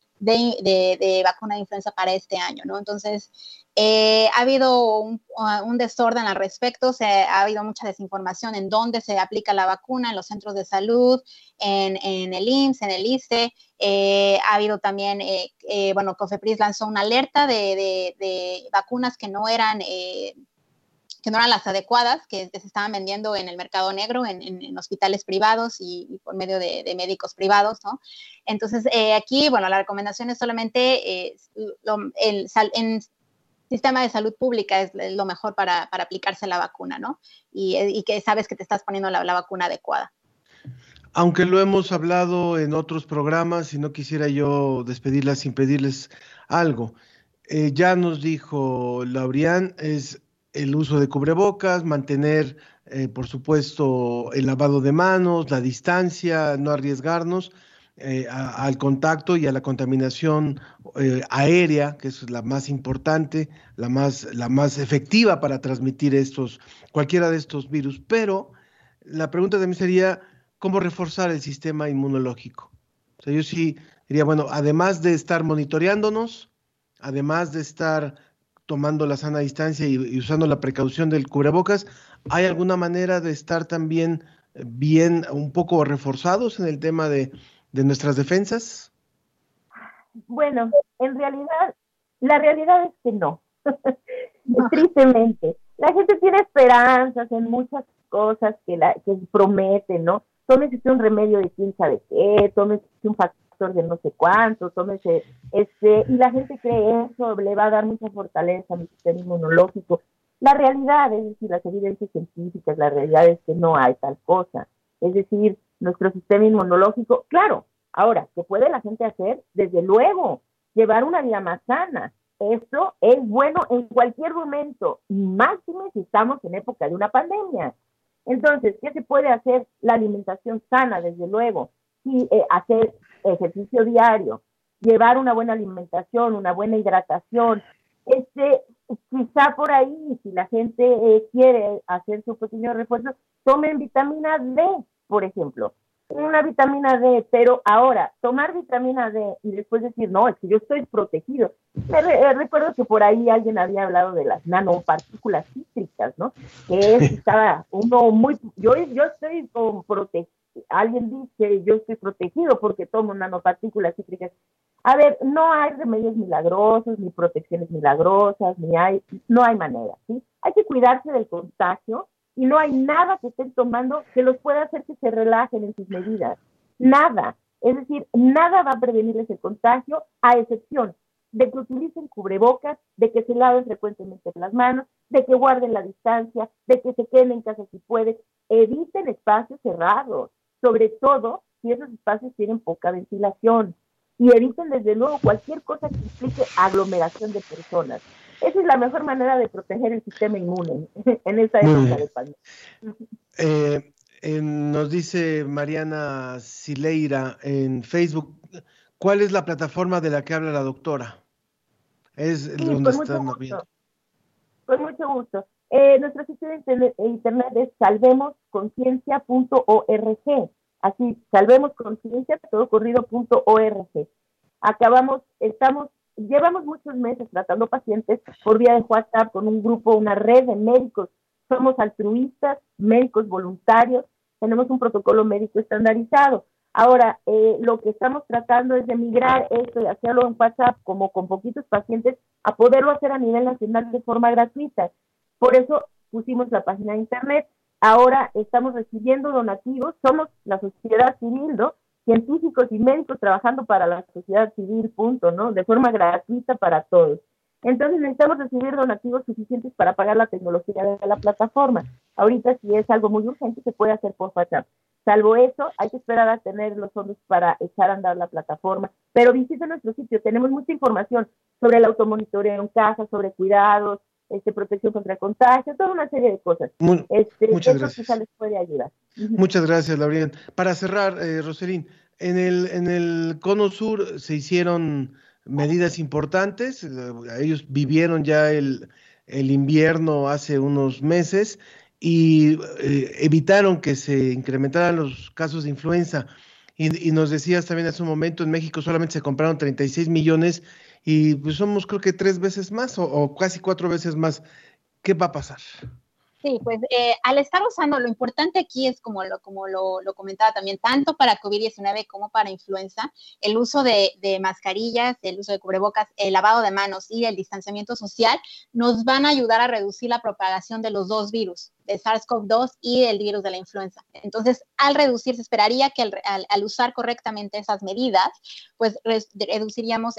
de vacuna de influenza para este año, ¿no? Entonces, ha habido un desorden al respecto, ha habido mucha desinformación en dónde se aplica la vacuna, en los centros de salud, en el IMSS, en el ISSSTE. Ha habido también, COFEPRIS lanzó una alerta de vacunas que no eran las adecuadas, que se estaban vendiendo en el mercado negro, en hospitales privados y por medio de médicos privados, ¿no? Entonces, aquí, bueno, la recomendación es solamente en sistema de salud pública es lo mejor para aplicarse la vacuna, ¿no? Y que sabes que te estás poniendo la vacuna adecuada. Aunque lo hemos hablado en otros programas, y no quisiera yo despedirlas sin pedirles algo, ya nos dijo Laurian, es el uso de cubrebocas, mantener, por supuesto, el lavado de manos, la distancia, no arriesgarnos al contacto y a la contaminación aérea, que es la más importante, la más efectiva para transmitir cualquiera de estos virus. Pero la pregunta también sería, ¿cómo reforzar el sistema inmunológico? O sea, yo sí diría, bueno, además de estar monitoreándonos, además de estar tomando la sana distancia y usando la precaución del cubrebocas, ¿hay alguna manera de estar también bien, un poco reforzados en el tema de nuestras defensas? Bueno, en realidad, la realidad es que no. Tristemente. La gente tiene esperanzas en muchas cosas que prometen, ¿no? Tómese un remedio de quién sabe qué, tómese un factor de no sé cuánto, tómese y la gente cree eso, le va a dar mucha fortaleza a mi sistema inmunológico. La realidad, es decir, las evidencias científicas, la realidad es que no hay tal cosa. Es decir, nuestro sistema inmunológico, claro, ahora, ¿qué puede la gente hacer? Desde luego, llevar una vida más sana. Esto es bueno en cualquier momento, máximo si estamos en época de una pandemia. Entonces, ¿qué se puede hacer? La alimentación sana, desde luego, y hacer ejercicio diario, llevar una buena alimentación, una buena hidratación. Quizá por ahí, si la gente quiere hacer su pequeño refuerzo, tomen vitamina D, por ejemplo. Una vitamina D, pero ahora, tomar vitamina D y después decir, no, es que yo estoy protegido. Recuerdo que por ahí alguien había hablado de las nanopartículas cítricas, ¿no? Que estaba uno muy... Yo estoy protegido. Alguien dice, yo estoy protegido porque tomo nanopartículas cítricas. A ver, no hay remedios milagrosos, ni protecciones milagrosas, no hay manera, ¿sí? Hay que cuidarse del contagio, y no hay nada que estén tomando que los pueda hacer que se relajen en sus medidas. Nada. Es decir, nada va a prevenirles el contagio, a excepción de que utilicen cubrebocas, de que se laven frecuentemente las manos, de que guarden la distancia, de que se queden en casa si pueden. Eviten espacios cerrados, sobre todo si esos espacios tienen poca ventilación. Y eviten, desde luego, cualquier cosa que implique aglomeración de personas. Esa es la mejor manera de proteger el sistema inmune en esta época de pandemia. Nos dice Mariana Sileira en Facebook, ¿cuál es la plataforma de la que habla la doctora? Es donde están viendo. Con mucho gusto. Nuestro sitio de internet es salvemosconciencia.org. Así, salvemosconciencia, todo corrido.org. Llevamos muchos meses tratando pacientes por vía de WhatsApp con un grupo, una red de médicos. Somos altruistas, médicos voluntarios, tenemos un protocolo médico estandarizado. Ahora, lo que estamos tratando es de migrar esto, de hacerlo en WhatsApp, como con poquitos pacientes, a poderlo hacer a nivel nacional de forma gratuita. Por eso pusimos la página de internet. Ahora estamos recibiendo donativos, somos la sociedad civil, ¿no? Científicos y médicos trabajando para la sociedad civil, punto, ¿no? De forma gratuita para todos. Entonces necesitamos recibir donativos suficientes para pagar la tecnología de la plataforma. Ahorita, si es algo muy urgente, se puede hacer por WhatsApp. Salvo eso, hay que esperar a tener los fondos para echar a andar la plataforma. Pero visiten nuestro sitio, tenemos mucha información sobre el automonitoreo en casa, sobre cuidados, protección contra el contagio, toda una serie de cosas. Muchas gracias. Quizá les puede ayudar. Muchas gracias, Laurien. Para cerrar, Roselín, en el Cono Sur se hicieron medidas importantes. Ellos vivieron ya el invierno hace unos meses y evitaron que se incrementaran los casos de influenza. Y nos decías también hace un momento, en México solamente se compraron 36 millones y pues somos creo que 3 veces más o casi 4 veces más. ¿Qué va a pasar? Sí, pues al estar usando, lo importante aquí es como lo comentaba también, tanto para COVID-19 como para influenza, el uso de mascarillas, el uso de cubrebocas, el lavado de manos y el distanciamiento social nos van a ayudar a reducir la propagación de los dos virus, de SARS-CoV-2 y el virus de la influenza. Entonces, al reducir, se esperaría que al usar correctamente esas medidas, pues reduciríamos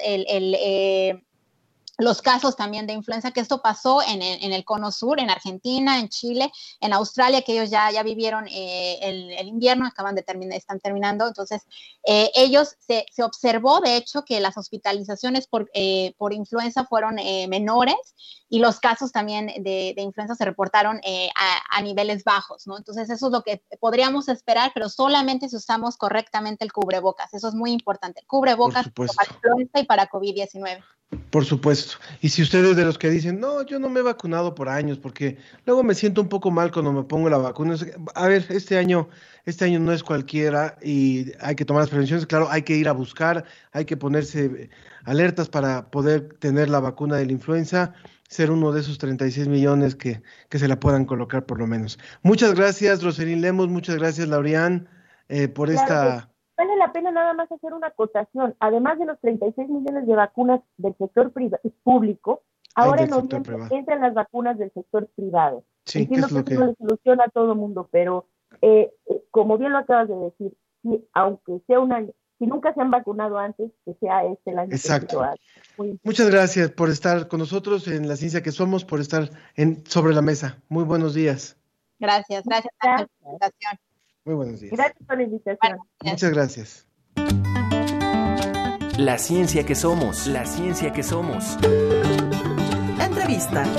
los casos también de influenza, que esto pasó en el Cono Sur, en Argentina, en Chile, en Australia, que ellos ya vivieron el invierno, están terminando. Entonces, ellos se observó, de hecho, que las hospitalizaciones por influenza fueron menores y los casos también de influenza se reportaron a niveles bajos, ¿no? Entonces, eso es lo que podríamos esperar, pero solamente si usamos correctamente el cubrebocas. Eso es muy importante. El cubrebocas para influenza y para COVID-19. Por supuesto. Y si ustedes de los que dicen, no, yo no me he vacunado por años, porque luego me siento un poco mal cuando me pongo la vacuna. A ver, este año no es cualquiera y hay que tomar las prevenciones. Claro, hay que ir a buscar, hay que ponerse alertas para poder tener la vacuna de la influenza. ser uno de esos 36 millones que se la puedan colocar por lo menos. Muchas gracias, Roselyn Lemos, muchas gracias, Laurian, por esta... Vale la pena nada más hacer una acotación. Además de los 36 millones de vacunas del sector público, ahora en noviembre entran las vacunas del sector privado. Sí, entiendo que eso no le soluciona a todo el mundo, pero como bien lo acabas de decir, si, aunque sea un año, si nunca se han vacunado antes, que sea este el año. Exacto. Muchas gracias por estar con nosotros en La Ciencia que Somos, por estar sobre la mesa. Muy buenos días. Gracias por la invitación. Muy buenos días. Gracias por la invitación. Muchas gracias. La ciencia que somos, la ciencia que somos. Entrevista.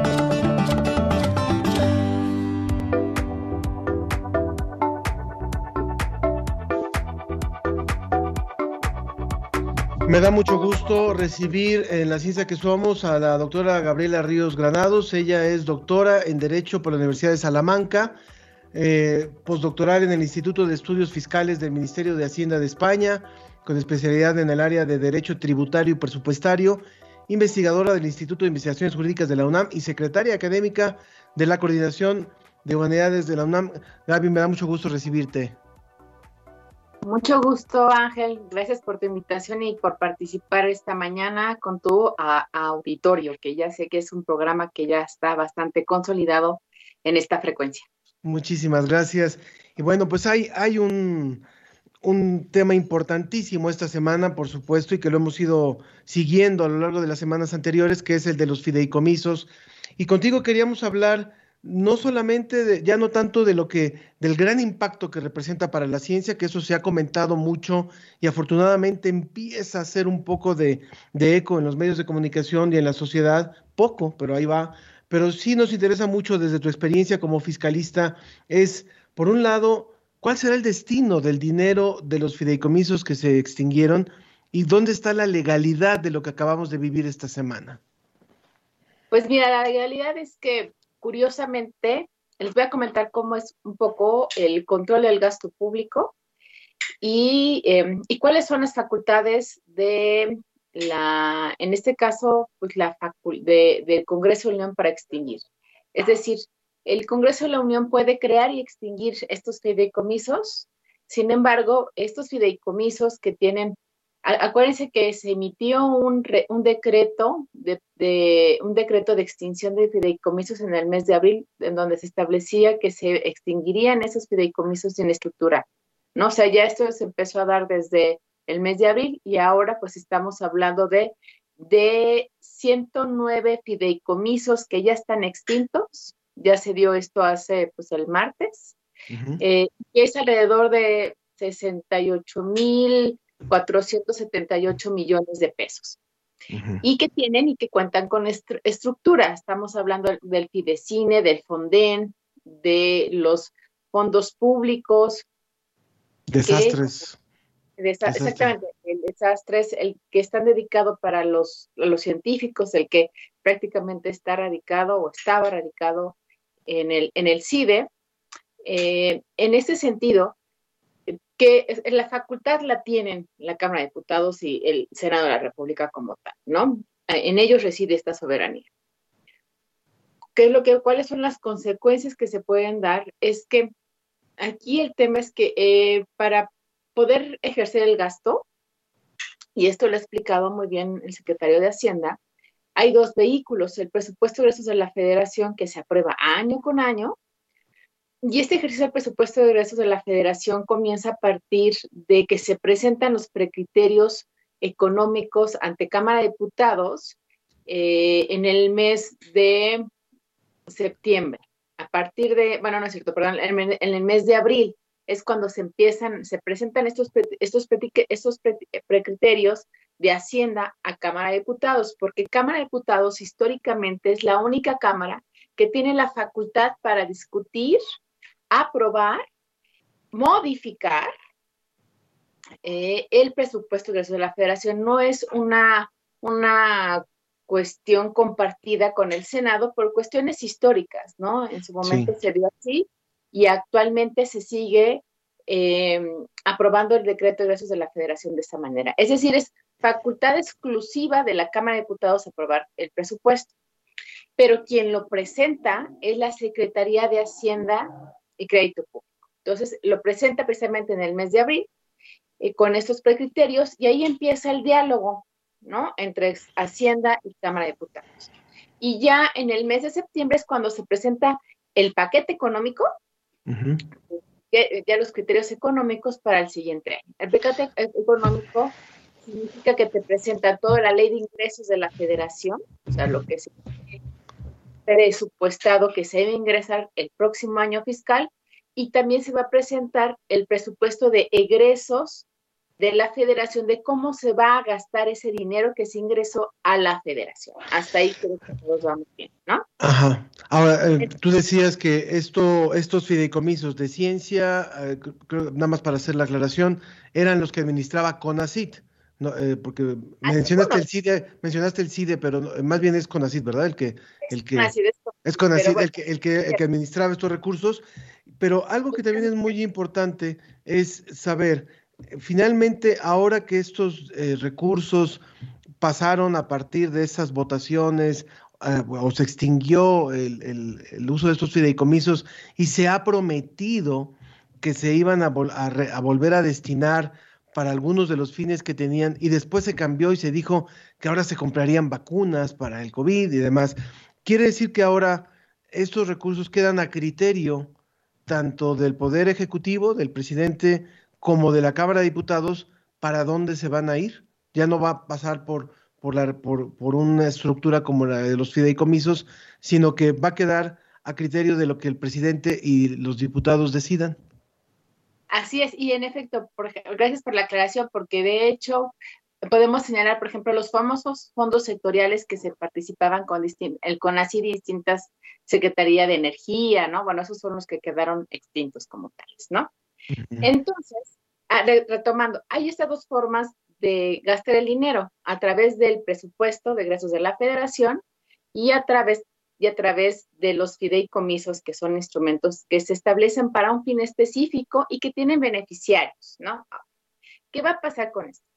Me da mucho gusto recibir en La Ciencia que Somos a la doctora Gabriela Ríos Granados. Ella es doctora en Derecho por la Universidad de Salamanca, postdoctoral en el Instituto de Estudios Fiscales del Ministerio de Hacienda de España, con especialidad en el área de Derecho Tributario y Presupuestario, investigadora del Instituto de Investigaciones Jurídicas de la UNAM y secretaria académica de la Coordinación de Humanidades de la UNAM. Gaby, me da mucho gusto recibirte. Mucho gusto, Ángel. Gracias por tu invitación y por participar esta mañana con tu auditorio, que ya sé que es un programa que ya está bastante consolidado en esta frecuencia. Muchísimas gracias. Y bueno, pues hay un tema importantísimo esta semana, por supuesto, y que lo hemos ido siguiendo a lo largo de las semanas anteriores, que es el de los fideicomisos. Y contigo queríamos hablar no solamente ya no tanto del gran impacto que representa para la ciencia, que eso se ha comentado mucho y afortunadamente empieza a hacer un poco de eco en los medios de comunicación y en la sociedad, poco, pero ahí va. Pero sí nos interesa mucho desde tu experiencia como fiscalista, es, por un lado, ¿cuál será el destino del dinero de los fideicomisos que se extinguieron y dónde está la legalidad de lo que acabamos de vivir esta semana? Pues mira, la legalidad es que, curiosamente, les voy a comentar cómo es un poco el control del gasto público y cuáles son las facultades de en este caso, pues del Congreso de la Unión para extinguir. Es decir, el Congreso de la Unión puede crear y extinguir estos fideicomisos. Sin embargo, estos fideicomisos que tienen, acuérdense que se emitió un decreto de extinción de fideicomisos en el mes de abril, en donde se establecía que se extinguirían esos fideicomisos sin estructura, ¿no? O sea, ya esto se empezó a dar desde el mes de abril y ahora pues estamos hablando de 109 fideicomisos que ya están extintos. Ya se dio esto hace pues el martes. Y es alrededor de 68,478 millones de pesos. Y que tienen y que cuentan con estructura. Estamos hablando del Fidecine, del Fonden, de los fondos públicos. Desastres. Exactamente, el desastre es el que están dedicados para los científicos, el que prácticamente está radicado o estaba radicado en el CIDE. En este sentido, que la facultad la tienen la Cámara de Diputados y el Senado de la República como tal, ¿no? En ellos reside esta soberanía. ¿Cuáles son las consecuencias que se pueden dar? Es que aquí el tema es que para poder ejercer el gasto, y esto lo ha explicado muy bien el secretario de Hacienda, hay dos vehículos: el presupuesto de egresos de la Federación, que se aprueba año con año, y este ejercicio del presupuesto de egresos de la Federación comienza a partir de que se presentan los precriterios económicos ante Cámara de Diputados en el mes de septiembre. A partir de, bueno, no es cierto, perdón, en el mes de abril es cuando se presentan estos precriterios de Hacienda a Cámara de Diputados, porque Cámara de Diputados históricamente es la única cámara que tiene la facultad para discutir, aprobar, modificar el presupuesto de la Federación. No es una cuestión compartida con el Senado por cuestiones históricas, ¿no? En su momento se dio así y actualmente se sigue aprobando el decreto de egresos de la Federación de esta manera. Es decir, es facultad exclusiva de la Cámara de Diputados aprobar el presupuesto. pero quien lo presenta es la Secretaría de Hacienda y Crédito Público. Entonces, lo presenta precisamente en el mes de abril con estos precriterios y ahí empieza el diálogo, ¿no? Entre Hacienda y Cámara de Diputados. Y ya en el mes de septiembre es cuando se presenta el paquete económico, ya los criterios económicos para el siguiente año. El paquete económico significa que te presenta toda la ley de ingresos de la federación, o sea, lo que se presupuestado que se debe ingresar el próximo año fiscal, y también se va a presentar el presupuesto de egresos de la federación, de cómo se va a gastar ese dinero que se ingresó a la federación. Hasta ahí creo que todos vamos bien, ¿no? Ajá. Ahora, tú decías que estos fideicomisos de ciencia, creo, nada más para hacer la aclaración, eran los que administraba CONACYT, ¿no? Porque mencionaste el CIDE, pero más bien es CONACYT, ¿verdad? El que es CONACYT, bueno, el que administraba estos recursos. Pero algo que también es muy importante es saber, finalmente, ahora que estos recursos pasaron a partir de esas votaciones, o se extinguió el uso de estos fideicomisos y se ha prometido que se iban a volver a destinar para algunos de los fines que tenían, y después se cambió y se dijo que ahora se comprarían vacunas para el COVID y demás. Quiere decir que ahora estos recursos quedan a criterio tanto del Poder Ejecutivo, del presidente, como de la Cámara de Diputados, para dónde se van a ir. Ya no va a pasar por una estructura como la de los fideicomisos, sino que va a quedar a criterio de lo que el presidente y los diputados decidan. Así es, y en efecto, gracias por la aclaración, porque de hecho podemos señalar, por ejemplo, los famosos fondos sectoriales que se participaban con el CONACYT y distintas Secretaría de Energía, ¿no? Bueno, esos son los que quedaron extintos como tales, ¿no? Entonces, retomando, hay estas dos formas de gastar el dinero, a través del presupuesto de egresos de la Federación y a través de los fideicomisos, que son instrumentos que se establecen para un fin específico y que tienen beneficiarios, ¿no? ¿Qué va a pasar con esto?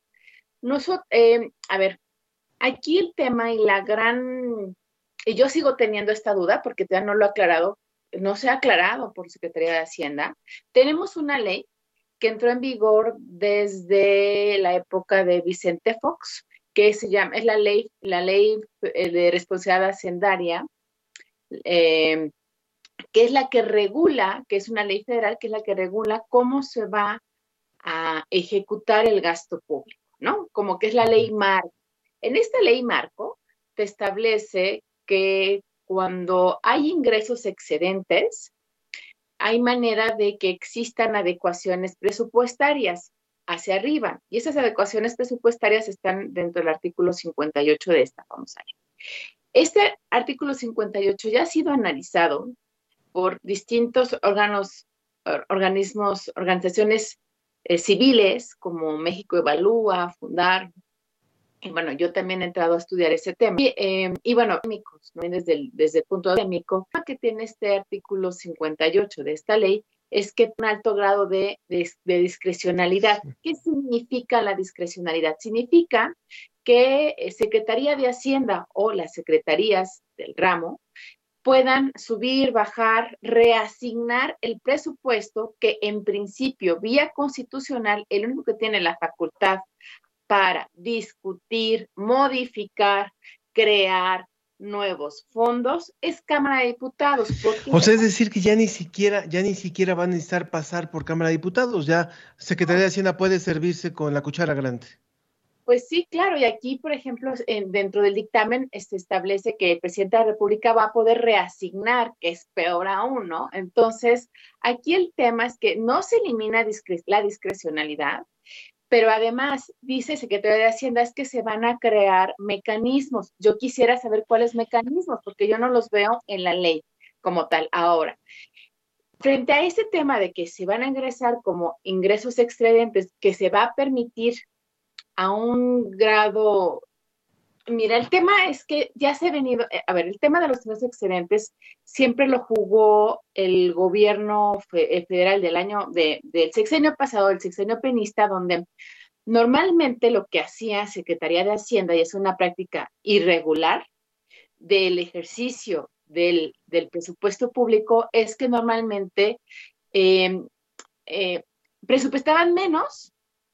A ver, aquí el tema y y yo sigo teniendo esta duda porque todavía no se ha aclarado por Secretaría de Hacienda. Tenemos una ley que entró en vigor desde la época de Vicente Fox, que es la ley de responsabilidad hacendaria, que es la que regula, que es una ley federal, que es la que regula cómo se va a ejecutar el gasto público, ¿no? Como que es la ley marco. En esta ley marco te establece que cuando hay ingresos excedentes, hay manera de que existan adecuaciones presupuestarias hacia arriba, y esas adecuaciones presupuestarias están dentro del artículo 58 de esta, vamos a ver. Este artículo 58 ya ha sido analizado por distintos organizaciones civiles, como México Evalúa, Fundar, y bueno, yo también he entrado a estudiar ese tema. Y bueno, ¿no? desde el punto de vista que tiene este artículo 58 de esta ley es que un alto grado de discrecionalidad. ¿Qué significa la discrecionalidad? Significa que Secretaría de Hacienda o las secretarías del ramo puedan subir, bajar, reasignar el presupuesto que en principio, vía constitucional, el único que tiene la facultad para discutir, modificar, crear nuevos fondos es Cámara de Diputados. O sea, es decir que ya ni siquiera van a necesitar pasar por Cámara de Diputados, ya Secretaría de Hacienda puede servirse con la cuchara grande. Pues sí, claro, y aquí, por ejemplo, dentro del dictamen se establece que el presidente de la República va a poder reasignar, que es peor aún, ¿no? Entonces, aquí el tema es que no se elimina la discrecionalidad, pero además, dice el secretario de Hacienda, es que se van a crear mecanismos. Yo quisiera saber cuáles mecanismos, porque yo no los veo en la ley como tal. Ahora, frente a ese tema de que se van a ingresar como ingresos excedentes, que se va a permitir a un grado... Mira, el tema es que ya se ha venido... el tema de los ingresos excedentes siempre lo jugó el gobierno federal del sexenio pasado, el sexenio penista, donde normalmente lo que hacía Secretaría de Hacienda, y es una práctica irregular, del ejercicio del presupuesto público es que normalmente presupuestaban menos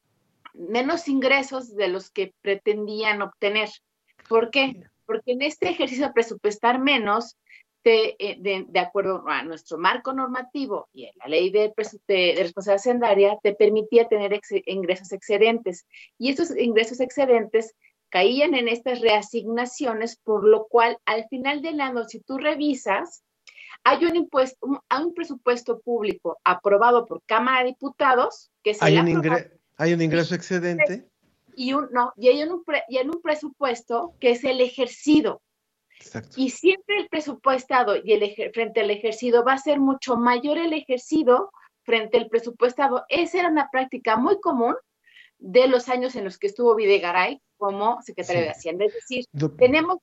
ingresos de los que pretendían obtener. ¿Por qué? Porque en este ejercicio de presupuestar menos, de acuerdo a nuestro marco normativo y en la ley de responsabilidad hacendaria, te permitía tener ingresos excedentes. Y estos ingresos excedentes caían en estas reasignaciones, por lo cual al final del año, si tú revisas, hay un presupuesto público aprobado por Cámara de Diputados, que es hay un ingreso excedente. Y hay un presupuesto que es el ejercido. Exacto. Y siempre el presupuestado frente al ejercido va a ser mucho mayor el ejercido frente al presupuestado. Esa era una práctica muy común de los años en los que estuvo Videgaray como secretario de Hacienda. Es decir, tenemos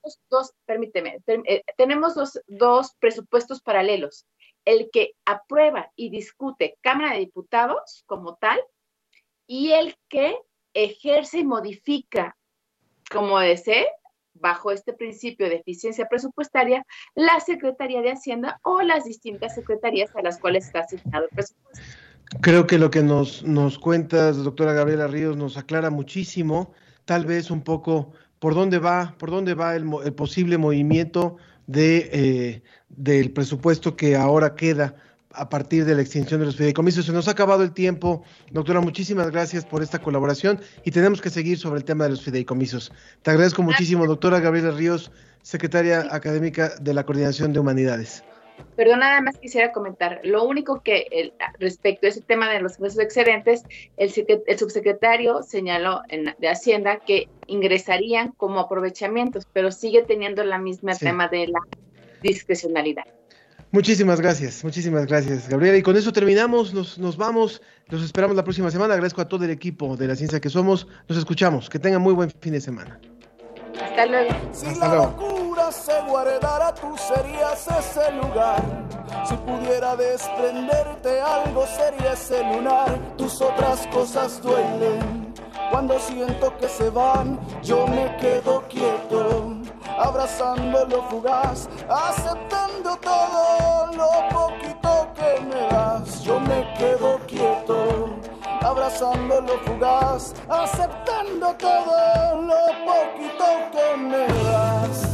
tenemos dos presupuestos paralelos. El que aprueba y discute Cámara de Diputados como tal, y el que ejerce y modifica como desee, bajo este principio de eficiencia presupuestaria, la Secretaría de Hacienda o las distintas secretarías a las cuales está asignado el presupuesto. Creo que lo que nos cuentas, doctora Gabriela Ríos, nos aclara muchísimo, tal vez un poco por dónde va el posible movimiento del presupuesto que ahora queda a partir de la extinción de los fideicomisos. Se nos ha acabado el tiempo, doctora, muchísimas gracias por esta colaboración y tenemos que seguir sobre el tema de los fideicomisos. Te agradezco muchísimo, doctora Gabriela Ríos, secretaria académica de la Coordinación de Humanidades. Perdón, nada más quisiera comentar, lo único que respecto a ese tema de los ingresos excedentes, el subsecretario señaló de Hacienda que ingresarían como aprovechamientos, pero sigue teniendo la misma tema de la discrecionalidad. Muchísimas gracias, Gabriela. Y con eso terminamos, nos vamos, los esperamos la próxima semana. Agradezco a todo el equipo de La Ciencia que Somos. Nos escuchamos. Que tengan muy buen fin de semana. Hasta luego. Si la locura se guardara, tú serías ese lugar. Si pudiera desprenderte algo, sería ese lunar. Tus otras cosas duelen. Cuando siento que se van, yo me quedo quieto, abrazando lo fugaz, aceptando todo lo poquito que me das. Yo me quedo quieto, abrazando lo fugaz, aceptando todo lo poquito que me das.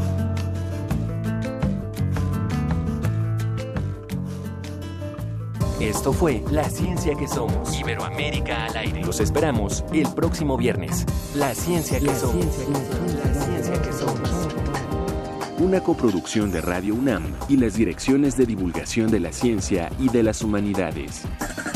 Esto fue La Ciencia que Somos. Iberoamérica al aire. Los esperamos el próximo viernes. La Ciencia que Somos. La Ciencia que Somos. Una coproducción de Radio UNAM y las direcciones de divulgación de la ciencia y de las humanidades.